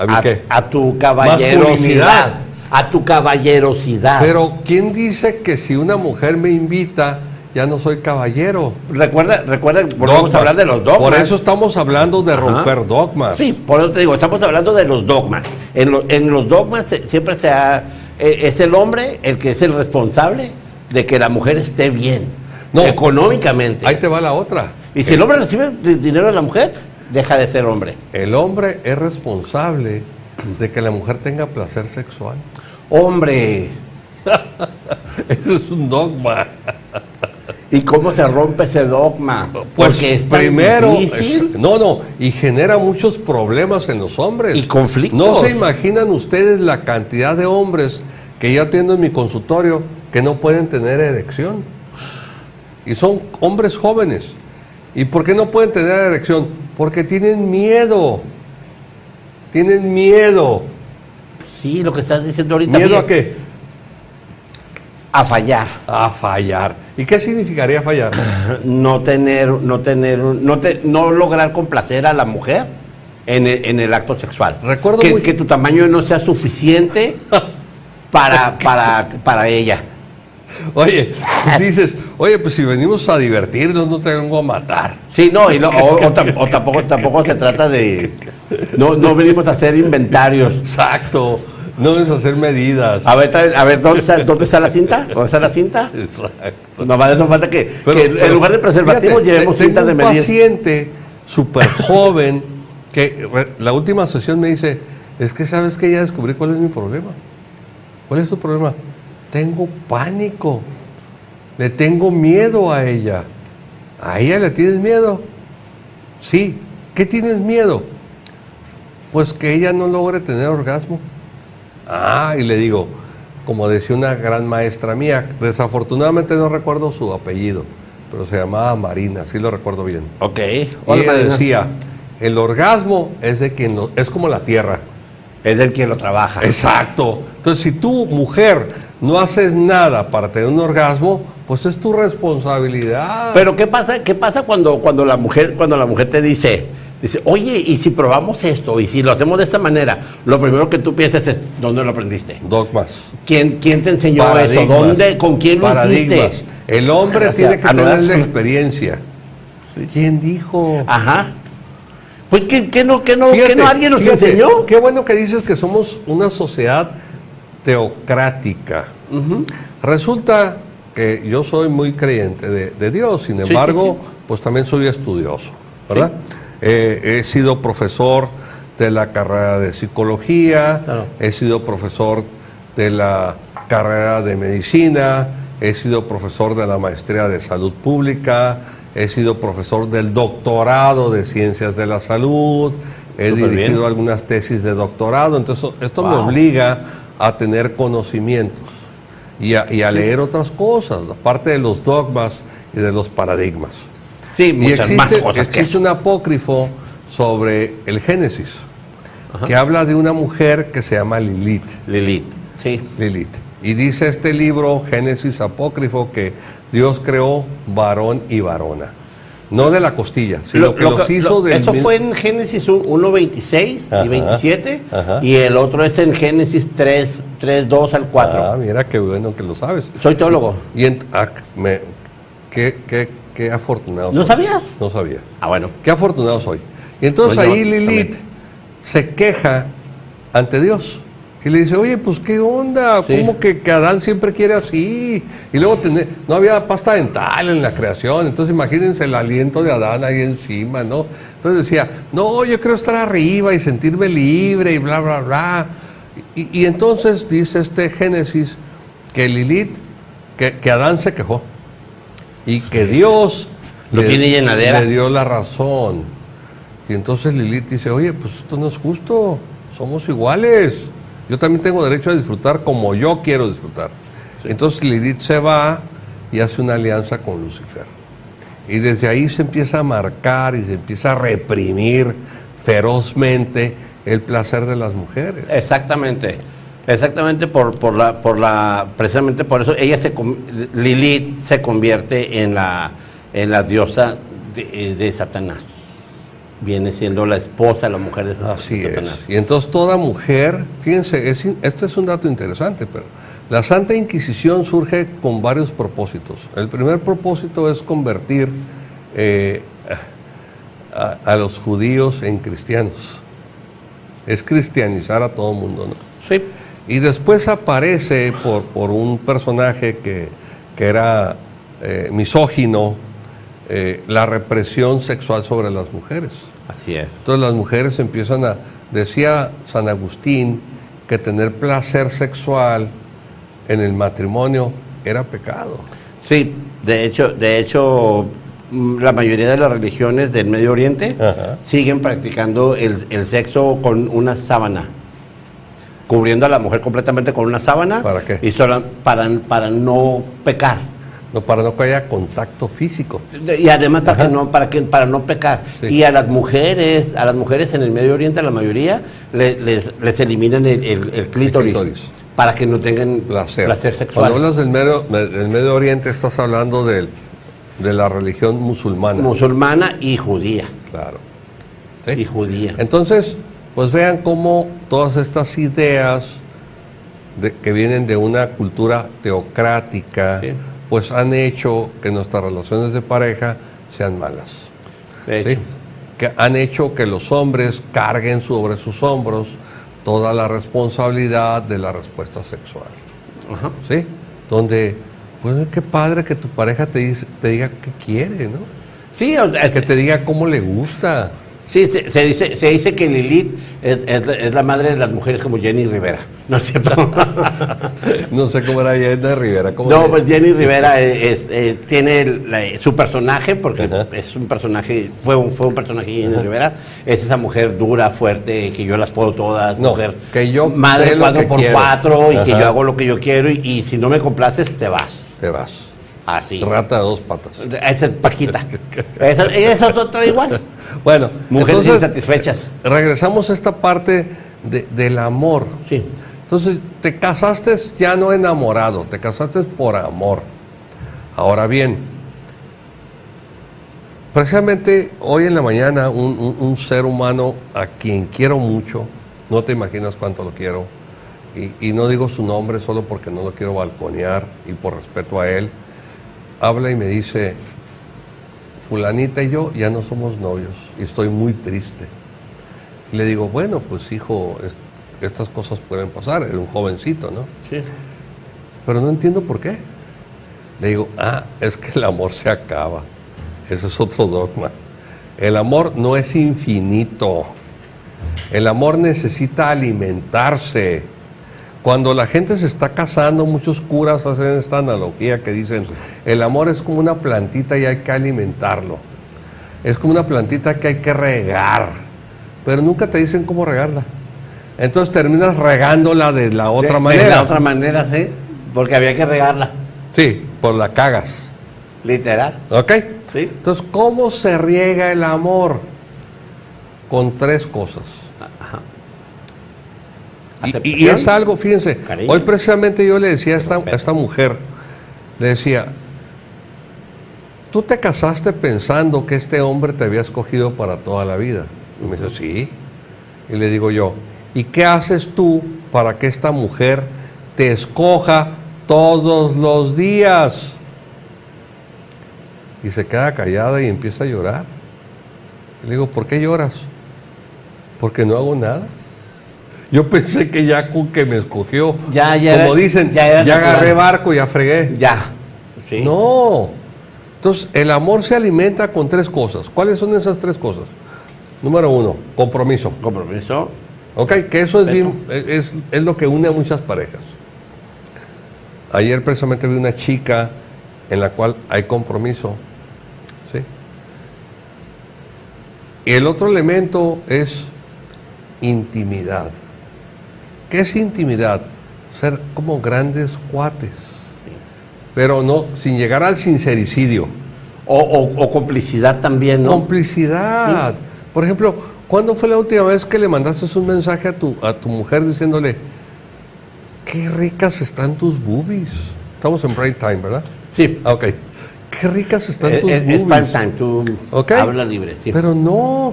¿A mí a, qué? a tu caballerosidad. Masculinidad. A tu caballerosidad. Pero ¿quién dice que si una mujer me invita ya no soy caballero? Recuerda, recuerda, volvemos Dogmas. a hablar de los dogmas. Por eso estamos hablando de Ajá. romper dogmas. Sí, por eso te digo, estamos hablando de los dogmas. En, lo- en los dogmas se- siempre se ha, eh, es el hombre el que es el responsable de que la mujer esté bien, No. económicamente. Ahí te va la otra. Y si el hombre recibe di- dinero de la mujer, deja de ser hombre. El hombre es responsable de que la mujer tenga placer sexual. Hombre, Eso es un dogma. ¿y cómo se rompe ese dogma? Pues Porque es tan primero, difícil. es- no, no, y genera muchos problemas en los hombres. Y conflictos. No se imaginan ustedes la cantidad de hombres que yo atiendo en mi consultorio que no pueden tener erección. Y son hombres jóvenes. ¿Y por qué no pueden tener erección? Porque tienen miedo. Tienen miedo. Sí, lo que estás diciendo ahorita. ¿Miedo mire, a qué? A fallar. A fallar. ¿Y qué significaría fallar? No tener, no tener, no te, no lograr complacer a la mujer en el, en el acto sexual. Recuerdo que, muy- que tu tamaño no sea suficiente para, para, para ella. Oye, pues dices, oye, pues si venimos a divertirnos, no te vengo a matar. Sí, no, y lo- o, o tam- o tampoco, tampoco se trata de, no, no venimos a hacer inventarios. Exacto. No debes hacer medidas. A ver, trae- a ver, ¿dónde está, dónde está la cinta? ¿Dónde está la cinta? Exacto. Nomás eso falta que, Pero- que pero en lugar de preservativos fíjate, llevemos te- cinta tengo de un medir. paciente súper joven que re- la última sesión me dice, es que sabes que ya descubrí cuál es mi problema. ¿Cuál es tu problema? Tengo pánico. Le tengo miedo a ella. ¿A ella le tienes miedo? Sí. ¿Qué tienes miedo? Pues que ella no logre tener orgasmo. Ah, y le digo, como decía una gran maestra mía, desafortunadamente no recuerdo su apellido, pero se llamaba Marina, sí lo recuerdo bien. Ok. Y Hola, ella Marina. decía, el orgasmo es de quien lo- es como la tierra. Es del quien lo trabaja. Exacto. Entonces, si tú, mujer, no haces nada para tener un orgasmo, pues es tu responsabilidad. Pero ¿qué pasa? ¿Qué pasa cuando, cuando la mujer, cuando la mujer te dice, dice, oye, y si probamos esto, y si lo hacemos de esta manera, lo primero que tú piensas es, ¿dónde lo aprendiste? Dogmas. ¿Quién, quién te enseñó eso? Paradigmas. ¿Dónde? ¿Con quién lo Paradigmas. hiciste? El hombre Gracias. tiene que Ah, no, tener das- la experiencia. ¿Quién dijo? Ajá. Pues que, que no, que no, Fíjate, que no alguien nos fíjate, enseñó. Qué bueno que dices que somos una sociedad teocrática. Ujú. Resulta que yo soy muy creyente de, de Dios, sin Sí, embargo, sí, pues también soy estudioso, ¿verdad? Eh, he sido profesor de la carrera de psicología, Claro. he sido profesor de la carrera de medicina, he sido profesor de la maestría de salud pública, he sido profesor del doctorado de ciencias de la salud, he Súper dirigido bien. algunas tesis de doctorado, entonces esto me Wow. obliga a tener conocimientos y a, y a leer otras cosas, aparte de los dogmas y de los paradigmas. Sí, Y muchas existe, más cosas que existe un apócrifo sobre el Génesis, Ajá. que habla de una mujer que se llama Lilith. Lilith. Sí. Lilith. Y dice este libro, Génesis apócrifo, que Dios creó varón y varona. No de la costilla, sino Lo- que lo los que- hizo lo- del Eso mismo- fue en Génesis uno veintiséis Ajá, y veintisiete, ajá. y el otro es en Génesis tres, tres, dos al cuatro. Ah, mira qué bueno que lo sabes. Soy teólogo. Y en- ah, me- qué, qué- qué afortunado ¿No soy. sabías? No sabía. Ah, bueno. Qué afortunado soy. Y entonces Pues yo ahí Lilith también. se queja ante Dios. Y le dice, oye, pues qué onda, Sí. ¿cómo que, que Adán siempre quiere así? Y luego tener, no había pasta dental en la creación, entonces imagínense el aliento de Adán ahí encima, ¿no? Entonces decía, no, yo quiero estar arriba y sentirme libre y bla, bla, bla. Y, y entonces dice este Génesis que Lilith, que, que Adán se quejó y que Dios Lo tiene llenadera. le dio la razón. Y entonces Lilith dice, oye, pues esto no es justo, somos iguales. Yo también tengo derecho a disfrutar como yo quiero disfrutar. Entonces Lilith se va y hace una alianza con Lucifer. Y desde ahí se empieza a marcar y se empieza a reprimir ferozmente el placer de las mujeres. Exactamente. Exactamente por, por la, por la, precisamente por eso ella se, com- Lilith se convierte en la, en la diosa de, de Satanás. viene siendo la esposa, la mujer de Satanás. Así es. Y entonces toda mujer, fíjense, es, esto es un dato interesante, pero la Santa Inquisición surge con varios propósitos. El primer propósito es convertir eh, a, a los judíos en cristianos. Es cristianizar a todo el mundo, ¿no? Sí. Y después aparece por, por un personaje que, que era eh, misógino, eh, la represión sexual sobre las mujeres. Así es. Entonces las mujeres empiezan a, decía San Agustín, que tener placer sexual en el matrimonio era pecado. Sí, de hecho, de hecho, la mayoría de las religiones del Medio Oriente Ajá. siguen practicando el, el sexo con una sábana, cubriendo a la mujer completamente con una sábana. ¿Para qué? Y solo para, para no pecar. No, para no que haya contacto físico. Y además para que no, para que, para no pecar. Sí. Y a las mujeres, a las mujeres en el Medio Oriente, la mayoría, le- les, les eliminan el, el- el clítoris, El clítoris. para que no tengan Placer. placer sexual. Cuando hablas del Medio, del Medio Oriente estás hablando del, de la religión musulmana. Musulmana y judía. Claro. Y ¿Sí? judía. Entonces, pues vean cómo todas estas ideas de- que vienen de una cultura teocrática, Sí. pues han hecho que nuestras relaciones de pareja sean malas. De ¿sí? hecho. Que han hecho que los hombres carguen sobre sus hombros toda la responsabilidad de la respuesta sexual. Ajá. ¿Sí? Donde, pues qué padre que tu pareja te, dice, te diga qué quiere, ¿no? Sí, o sea, Que te diga cómo le gusta. sí, se, se dice, se dice que Lilith es, es- es la madre de las mujeres como Jenny Rivera, ¿no es cierto? No sé cómo era Jenny Rivera. ¿cómo No, le- pues Jenny Rivera es, es, eh, tiene el- la- su personaje, porque Ajá. es un personaje, fue un, fue un personaje Jenny Rivera, es esa mujer dura, fuerte, que yo las puedo todas, No, mujer que yo madre sé lo cuatro que por quiero. cuatro y que Ajá. yo hago lo que yo quiero y, y si no me complaces te vas, Te vas. así. Rata de dos patas. Esa es Paquita. Esa, esa es otra igual. Bueno, Mujeres entonces, insatisfechas. regresamos a esta parte de- del amor. Sí. Entonces, te casaste ya no enamorado, te casaste por amor. Ahora bien, precisamente hoy en la mañana un, un- un ser humano a quien quiero mucho, no te imaginas cuánto lo quiero, y, y no digo su nombre solo porque no lo quiero balconear y por respeto a él, habla y me dice, fulanita y yo ya no somos novios y estoy muy triste. Y le digo, bueno, pues hijo, es- estas cosas pueden pasar, era un jovencito, ¿no? Sí. Pero no entiendo por qué. Le digo, ah, es que el amor se acaba. Ese es otro dogma. El amor no es infinito. El amor necesita alimentarse. Cuando la gente se está casando, muchos curas hacen esta analogía que dicen, el amor es como una plantita y hay que alimentarlo. Es como una plantita que hay que regar, pero nunca te dicen cómo regarla. Entonces terminas regándola de la otra De- manera. De la otra manera, sí. Porque había que regarla. Sí, por la cagas. Literal. ¿Ok? Sí. Entonces, ¿cómo se riega el amor? Con tres cosas. Y, y- y Aceptación. es algo, fíjense, Cariño. hoy precisamente yo le decía a esta, a esta mujer, le decía, tú te casaste pensando que este hombre te había escogido para toda la vida. Y me dice, sí. Y le digo yo, ¿y qué haces tú para que esta mujer te escoja todos los días? Y se queda callada y empieza a llorar. Y le digo, ¿por qué lloras? Porque no hago nada. Yo pensé que ya con que me escogió, Ya, ya como era- dicen, ya ya, era natural. agarré barco, ya fregué. Ya. Sí. No. Entonces, el amor se alimenta con tres cosas. ¿Cuáles son esas tres cosas? Número uno, compromiso. Compromiso. ¿Ok? Que eso es, Respeto. bien- es, es lo que une a muchas parejas. Ayer precisamente vi una chica en la cual hay compromiso. ¿Sí? Y el otro elemento es intimidad. ¿Qué es intimidad? Ser como grandes cuates. Pero no, sin llegar al sincericidio. O, o- o complicidad también, ¿no? Complicidad. Por ejemplo, ¿cuándo fue la última vez que le mandaste un mensaje a tu, a tu mujer diciéndole, qué ricas están tus boobies? Estamos en break time, ¿verdad? Sí. Ah, ok. Qué ricas están Es, tus es, boobies. es part-time, tú Ok. habla libre, sí. Pero no,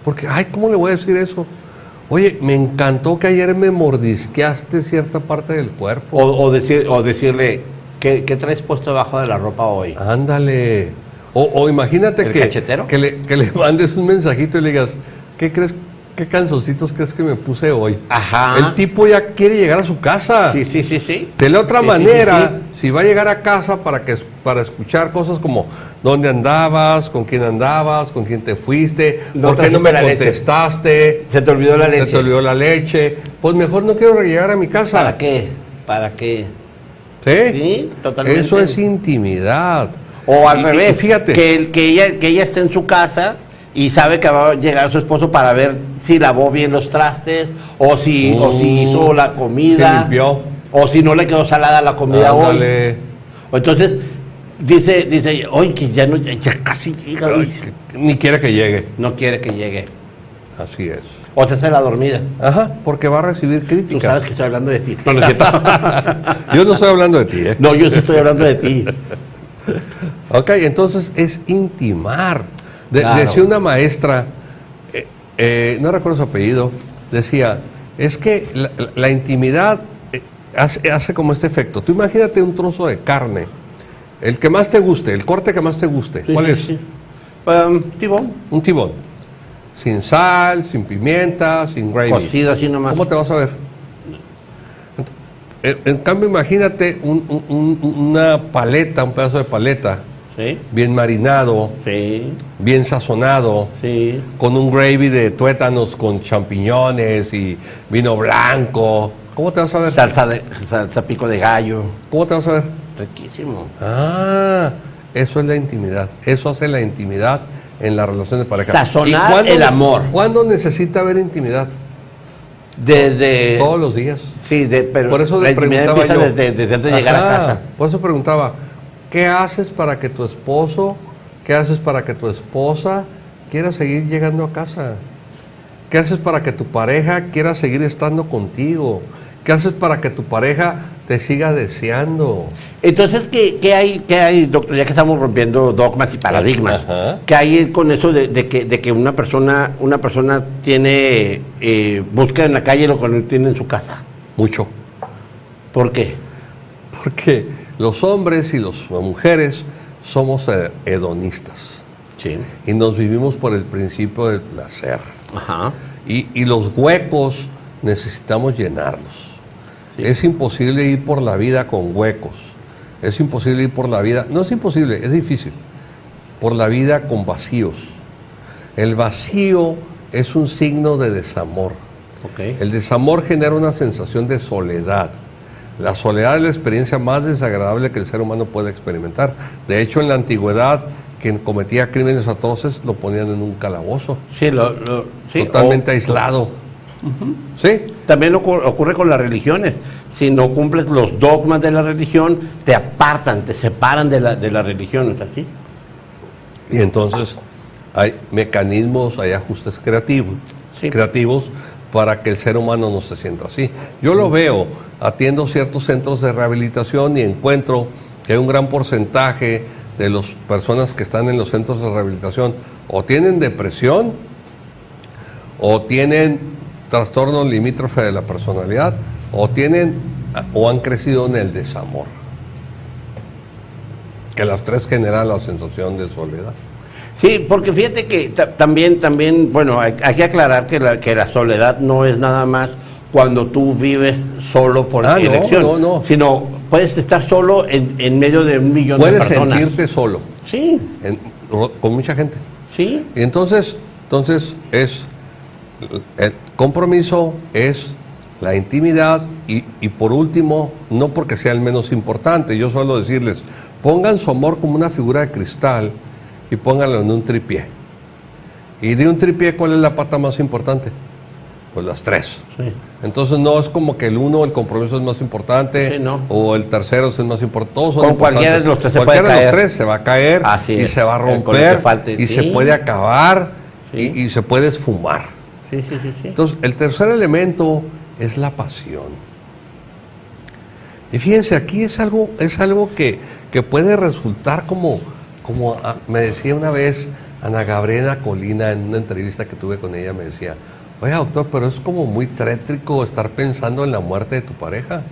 Porque, ay, ¿cómo le voy a decir eso? Oye, me encantó que ayer me mordisqueaste cierta parte del cuerpo. O, o, decir, o decirle, ¿qué, ¿qué traes puesto debajo de la ropa hoy? Ándale. O, o imagínate ¿El que, cachetero? que, le, que le mandes un mensajito y le digas, ¿qué crees? ¿Qué canzoncitos crees que me puse hoy? Ajá. El tipo ya quiere llegar a su casa. Sí, sí, sí, sí. De la otra Sí, manera, sí, sí, si va a llegar a casa para que para escuchar cosas como ¿dónde andabas? ¿Con quién andabas? ¿Con quién te fuiste? No ¿Por qué no me trajiste la leche. contestaste? Se te olvidó la leche. Se te olvidó la leche. Pues mejor no quiero llegar a mi casa. ¿Para qué? ¿Para qué? ¿Sí? Sí, totalmente. Eso es intimidad. O al Y- revés, y fíjate. Que, el- que, ella, que ella esté en su casa y sabe que va a llegar su esposo para ver si lavó bien los trastes, o si, o si Mm, hizo la comida, si limpió. o si no le quedó salada la comida hoy. Ándale. O entonces dice, dice, oye, que ya no, ya casi llega, Ay, Luis". que- Ni quiere que llegue. No quiere que llegue. Así es. O te hace la dormida. Ajá, porque va a recibir Tú críticas. sabes que estoy hablando de ti. No, no es cierto. Yo no estoy hablando de ti, ¿eh? No, yo sí estoy hablando de ti. Ok, entonces es intimar. De- Claro. Decía una maestra, eh, eh, no recuerdo su apellido, decía, es que la, la- la intimidad eh, hace, hace como este efecto. Tú imagínate un trozo de carne, el que más te guste, el corte que más te guste. Sí, ¿Cuál sí, es? sí. Um, tibón, Un tibón. Sin sal, sin pimienta, sin gravy. cocido así nomás. ¿Cómo te vas a ver? En, en cambio, imagínate un- un- un- una paleta, un pedazo de paleta, Sí, bien marinado, sí, bien sazonado, sí. con un gravy de tuétanos con champiñones y vino blanco. ¿Cómo te vas a ver? Salsa, de, salsa pico de gallo. ¿Cómo te vas a ver? Riquísimo. Ah, eso es la intimidad. Eso hace la intimidad en la relación de pareja. Sazonar ¿Y cuándo- el amor. ¿Cuándo necesita haber intimidad? Desde. Todos los días. Sí, de, pero Por eso la le intimidad preguntaba empieza yo. desde, desde antes de llegar a Ajá, casa. Por eso preguntaba, ¿qué haces para que tu esposo, qué haces para que tu esposa quiera seguir llegando a casa? ¿Qué haces para que tu pareja quiera seguir estando contigo? ¿Qué haces para que tu pareja te siga deseando? Entonces, ¿qué, qué hay, qué hay, doctor? Ya que estamos rompiendo dogmas y paradigmas, Ajá. ¿qué hay con eso de, de que, de que una persona una persona tiene, eh, busca en la calle lo que no tiene en su casa? Mucho. ¿Por qué? Porque los hombres y los- las mujeres somos eh, hedonistas Sí. y nos vivimos por el principio del placer. Ajá. Y, y los huecos necesitamos llenarlos. Sí. Es imposible ir por la vida con huecos. Es imposible ir por la vida, no es imposible, es difícil, por la vida con vacíos. El vacío es un signo de desamor. Ok. El desamor genera una sensación de soledad. La soledad es la experiencia más desagradable que el ser humano puede experimentar. De hecho, en la antigüedad, quien cometía crímenes atroces lo ponían en un calabozo, Sí, lo, lo- sí, totalmente o- aislado. ¿Sí? También ocurre, ocurre con las religiones. Si no cumples los dogmas de la religión, te apartan, te separan de la, de la religión, ¿no es así? Y entonces hay mecanismos, hay ajustes creativos, Sí. creativos para que el ser humano no se sienta así. Yo lo veo, atiendo ciertos centros de rehabilitación y encuentro que hay un gran porcentaje de las personas que están en los centros de rehabilitación o tienen depresión o tienen trastorno limítrofe de la personalidad o tienen o han crecido en el desamor. Que las tres generan la sensación de soledad. Sí, porque fíjate que ta- también, también, bueno, hay, hay que aclarar que la, que la soledad no es nada más cuando tú vives solo por Ah, no, elección, no, no. sino puedes estar solo en, en medio de un millón Puedes de personas. sentirte solo, Sí, en- ro- con mucha gente. sí, Y entonces, entonces es el compromiso, es la intimidad y, y por último, no porque sea el menos importante, yo suelo decirles, pongan su amor como una figura de cristal y pónganlo en un tripié. Y de un tripié, ¿cuál es la pata más importante? Pues las tres. sí. Entonces no es como que el uno, el compromiso es más importante, Sí, no. o el tercero es el más importante. Todos son Con cualquiera de importantes. los tres se Cualquiera puede de los caer. tres se va a caer Así y es. se va a Con el que romper falte, y sí. se puede acabar Sí. y, y se puede esfumar. Sí, sí, sí, sí. Entonces el tercer elemento es la pasión. Y fíjense, aquí es algo, es algo que, que puede resultar como, como ah, me decía una vez Ana Gabriela Colina, en una entrevista que tuve con ella, me decía, oye, doctor, pero es como muy tétrico estar pensando en la muerte de tu pareja.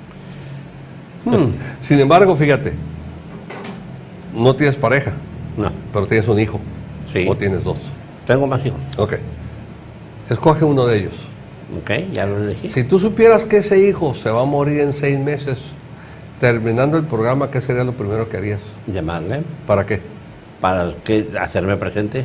Hmm. Sin embargo, fíjate, no tienes pareja, no, pero tienes un hijo, sí. O tienes dos. Tengo más hijos. Ok. Escoge uno de ellos. Ok, ya lo elegí. Si tú supieras que ese hijo se va a morir en seis meses, terminando el programa, ¿qué sería lo primero que harías? Llamarle. ¿Para qué? Para que hacerme presente.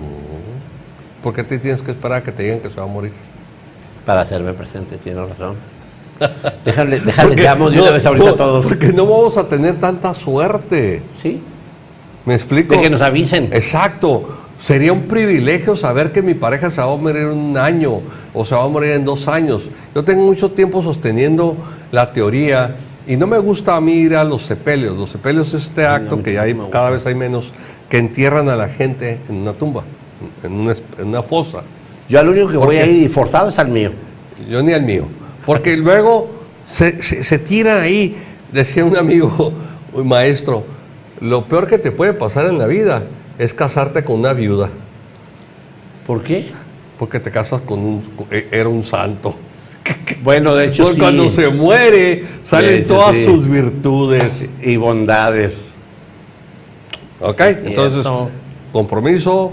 ¿Por qué te tienes que esperar a que te digan que se va a morir? Para hacerme presente, tienes razón. Déjale, déjale, llamo de una no, vez ahorita por, a todos. Porque no vamos a tener tanta suerte. Sí. ¿Me explico? De que nos avisen. Exacto. Sería un privilegio saber que mi pareja se va a morir en un año o se va a morir en dos años. Yo tengo mucho tiempo sosteniendo la teoría y no me gusta a mí ir a los sepelios. Los sepelios es este acto no, que ya hay, cada vez hay menos, que entierran a la gente en una tumba, en una, en una fosa. Yo al único que voy a ir y forzado es al mío. Yo ni al mío. Porque luego se, se, se tiran ahí. Decía un amigo, un maestro, lo peor que te puede pasar en la vida es casarte con una viuda. ¿Por qué? Porque te casas con un... Era un santo. Bueno, de hecho Porque sí. cuando se muere salen hecho, todas sí. sus virtudes. Y bondades. ¿Ok? Entonces, compromiso,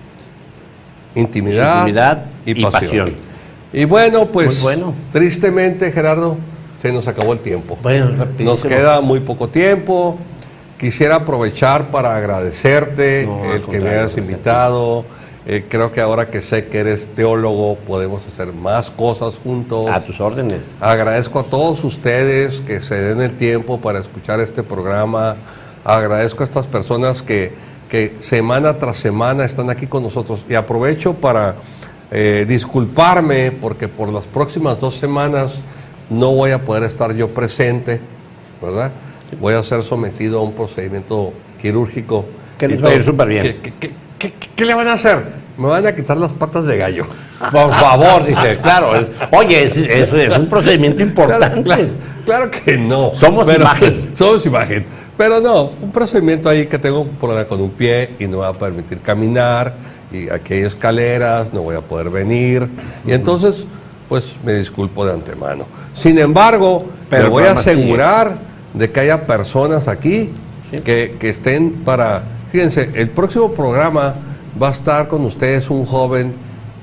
intimidad, Intimidad y, y pasión. pasión. Y bueno, pues, Muy bueno. tristemente, Gerardo, se nos acabó el tiempo. Bueno, rapidísimo. Nos queda muy poco tiempo. Quisiera aprovechar para agradecerte No, el al que me contrario, hayas invitado. Eh, creo que ahora que sé que eres teólogo, podemos hacer más cosas juntos. A tus órdenes. Agradezco a todos ustedes que se den el tiempo para escuchar este programa. Agradezco a estas personas que, que semana tras semana están aquí con nosotros. Y aprovecho para eh, disculparme porque por las próximas dos semanas no voy a poder estar yo presente, ¿verdad? Voy a ser sometido a un procedimiento quirúrgico. Que les va a ir súper bien. ¿Qué, qué, qué, qué, ¿Qué le van a hacer? Me van a quitar las patas de gallo. Por favor, dice, claro. Es, oye, es, es, es un procedimiento importante. Claro, claro, claro que no. Somos pero, imagen. Somos imagen. Pero no, un procedimiento ahí que tengo un problema con un pie y no me va a permitir caminar. Y aquí hay escaleras, no voy a poder venir. Y entonces, pues me disculpo de antemano. Sin embargo, Pero me voy a sigue. asegurar de que haya personas aquí Sí. que, que estén para... Fíjense, el próximo programa va a estar con ustedes un joven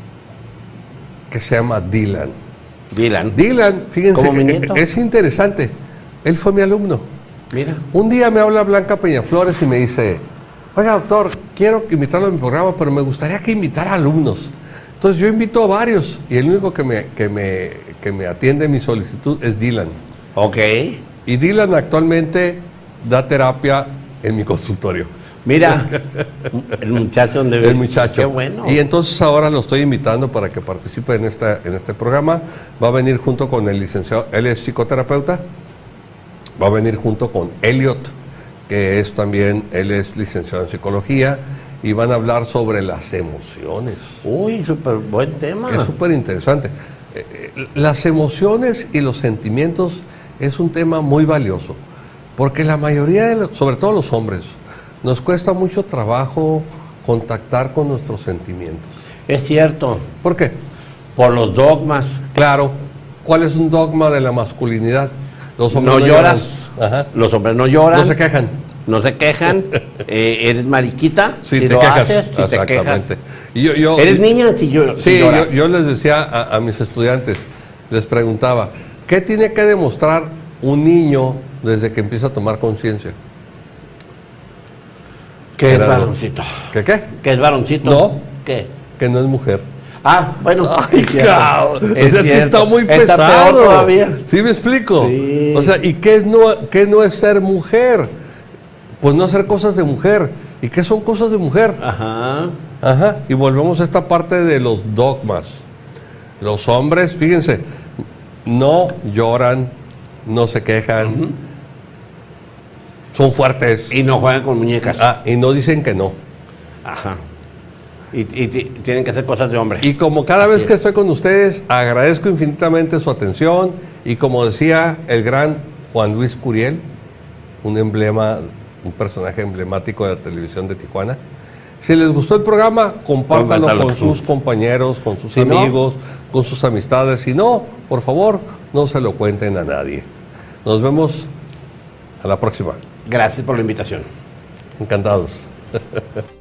que se llama Dylan. Dylan. Dylan, fíjense, ¿Como mi nieto? es interesante. Él fue mi alumno. Mira. Un día me habla Blanca Peñaflores y me dice, oiga, doctor, quiero invitarlo a mi programa, pero me gustaría que invitara alumnos. Entonces yo invito a varios y el único que me, que me, que me atiende mi solicitud es Dylan. Ok. Y Dylan actualmente da terapia en mi consultorio. Mira, el muchacho donde El muchacho. Qué bueno. Y entonces ahora lo estoy invitando para que participe en, esta, en este programa. Va a venir junto con el licenciado, él es psicoterapeuta. Va a venir junto con Elliot, que es también, él es licenciado en psicología. Y van a hablar sobre las emociones. Uy, súper buen tema. Que es súper interesante. Eh, eh, las emociones y los sentimientos es un tema muy valioso. Porque la mayoría, de los, sobre todo los hombres, nos cuesta mucho trabajo contactar con nuestros sentimientos. Es cierto. ¿Por qué? Por los dogmas. Claro. ¿Cuál es un dogma de la masculinidad? Los No lloras. Ajá. Los hombres no lloran. No se quejan. No se quejan. eh, eres mariquita. Si si te lo quejas. haces, si te quejas. Exactamente. Y yo, yo, Eres niña si, yo, si Sí, lloras. yo, yo les decía a, a mis estudiantes, les preguntaba, ¿qué tiene que demostrar un niño desde que empieza a tomar conciencia? ¿Qué es Gerardo. varoncito? ¿Qué qué? ¿Qué es varoncito? No. ¿Qué? Que no es mujer. Ah, bueno. Ay, es cierto. cabrón. O sea, es que cierto. está muy Está pesado. peor todavía. ¿Sí me explico? Sí. O sea, ¿y qué es, no, qué no es ser mujer? Pues no hacer cosas de mujer. ¿Y qué son cosas de mujer? Ajá. Ajá. Y volvemos a esta parte de los dogmas. Los hombres, fíjense, no lloran, no se quejan, uh-huh. son fuertes. Y no juegan con muñecas. Ah, y no dicen que no. Ajá. Y, y, y tienen que hacer cosas de hombre. Y como cada Así vez es. que estoy con ustedes, agradezco infinitamente su atención. Y como decía el gran Juan Luis Curiel, un emblema, un personaje emblemático de la televisión de Tijuana, Si les gustó el programa, compártanlo Compártalo con con- sus compañeros, con sus Si no- amigos, con sus amistades. Si no, por favor, no se lo cuenten a nadie. Nos vemos a la próxima. Gracias por la invitación. Encantados.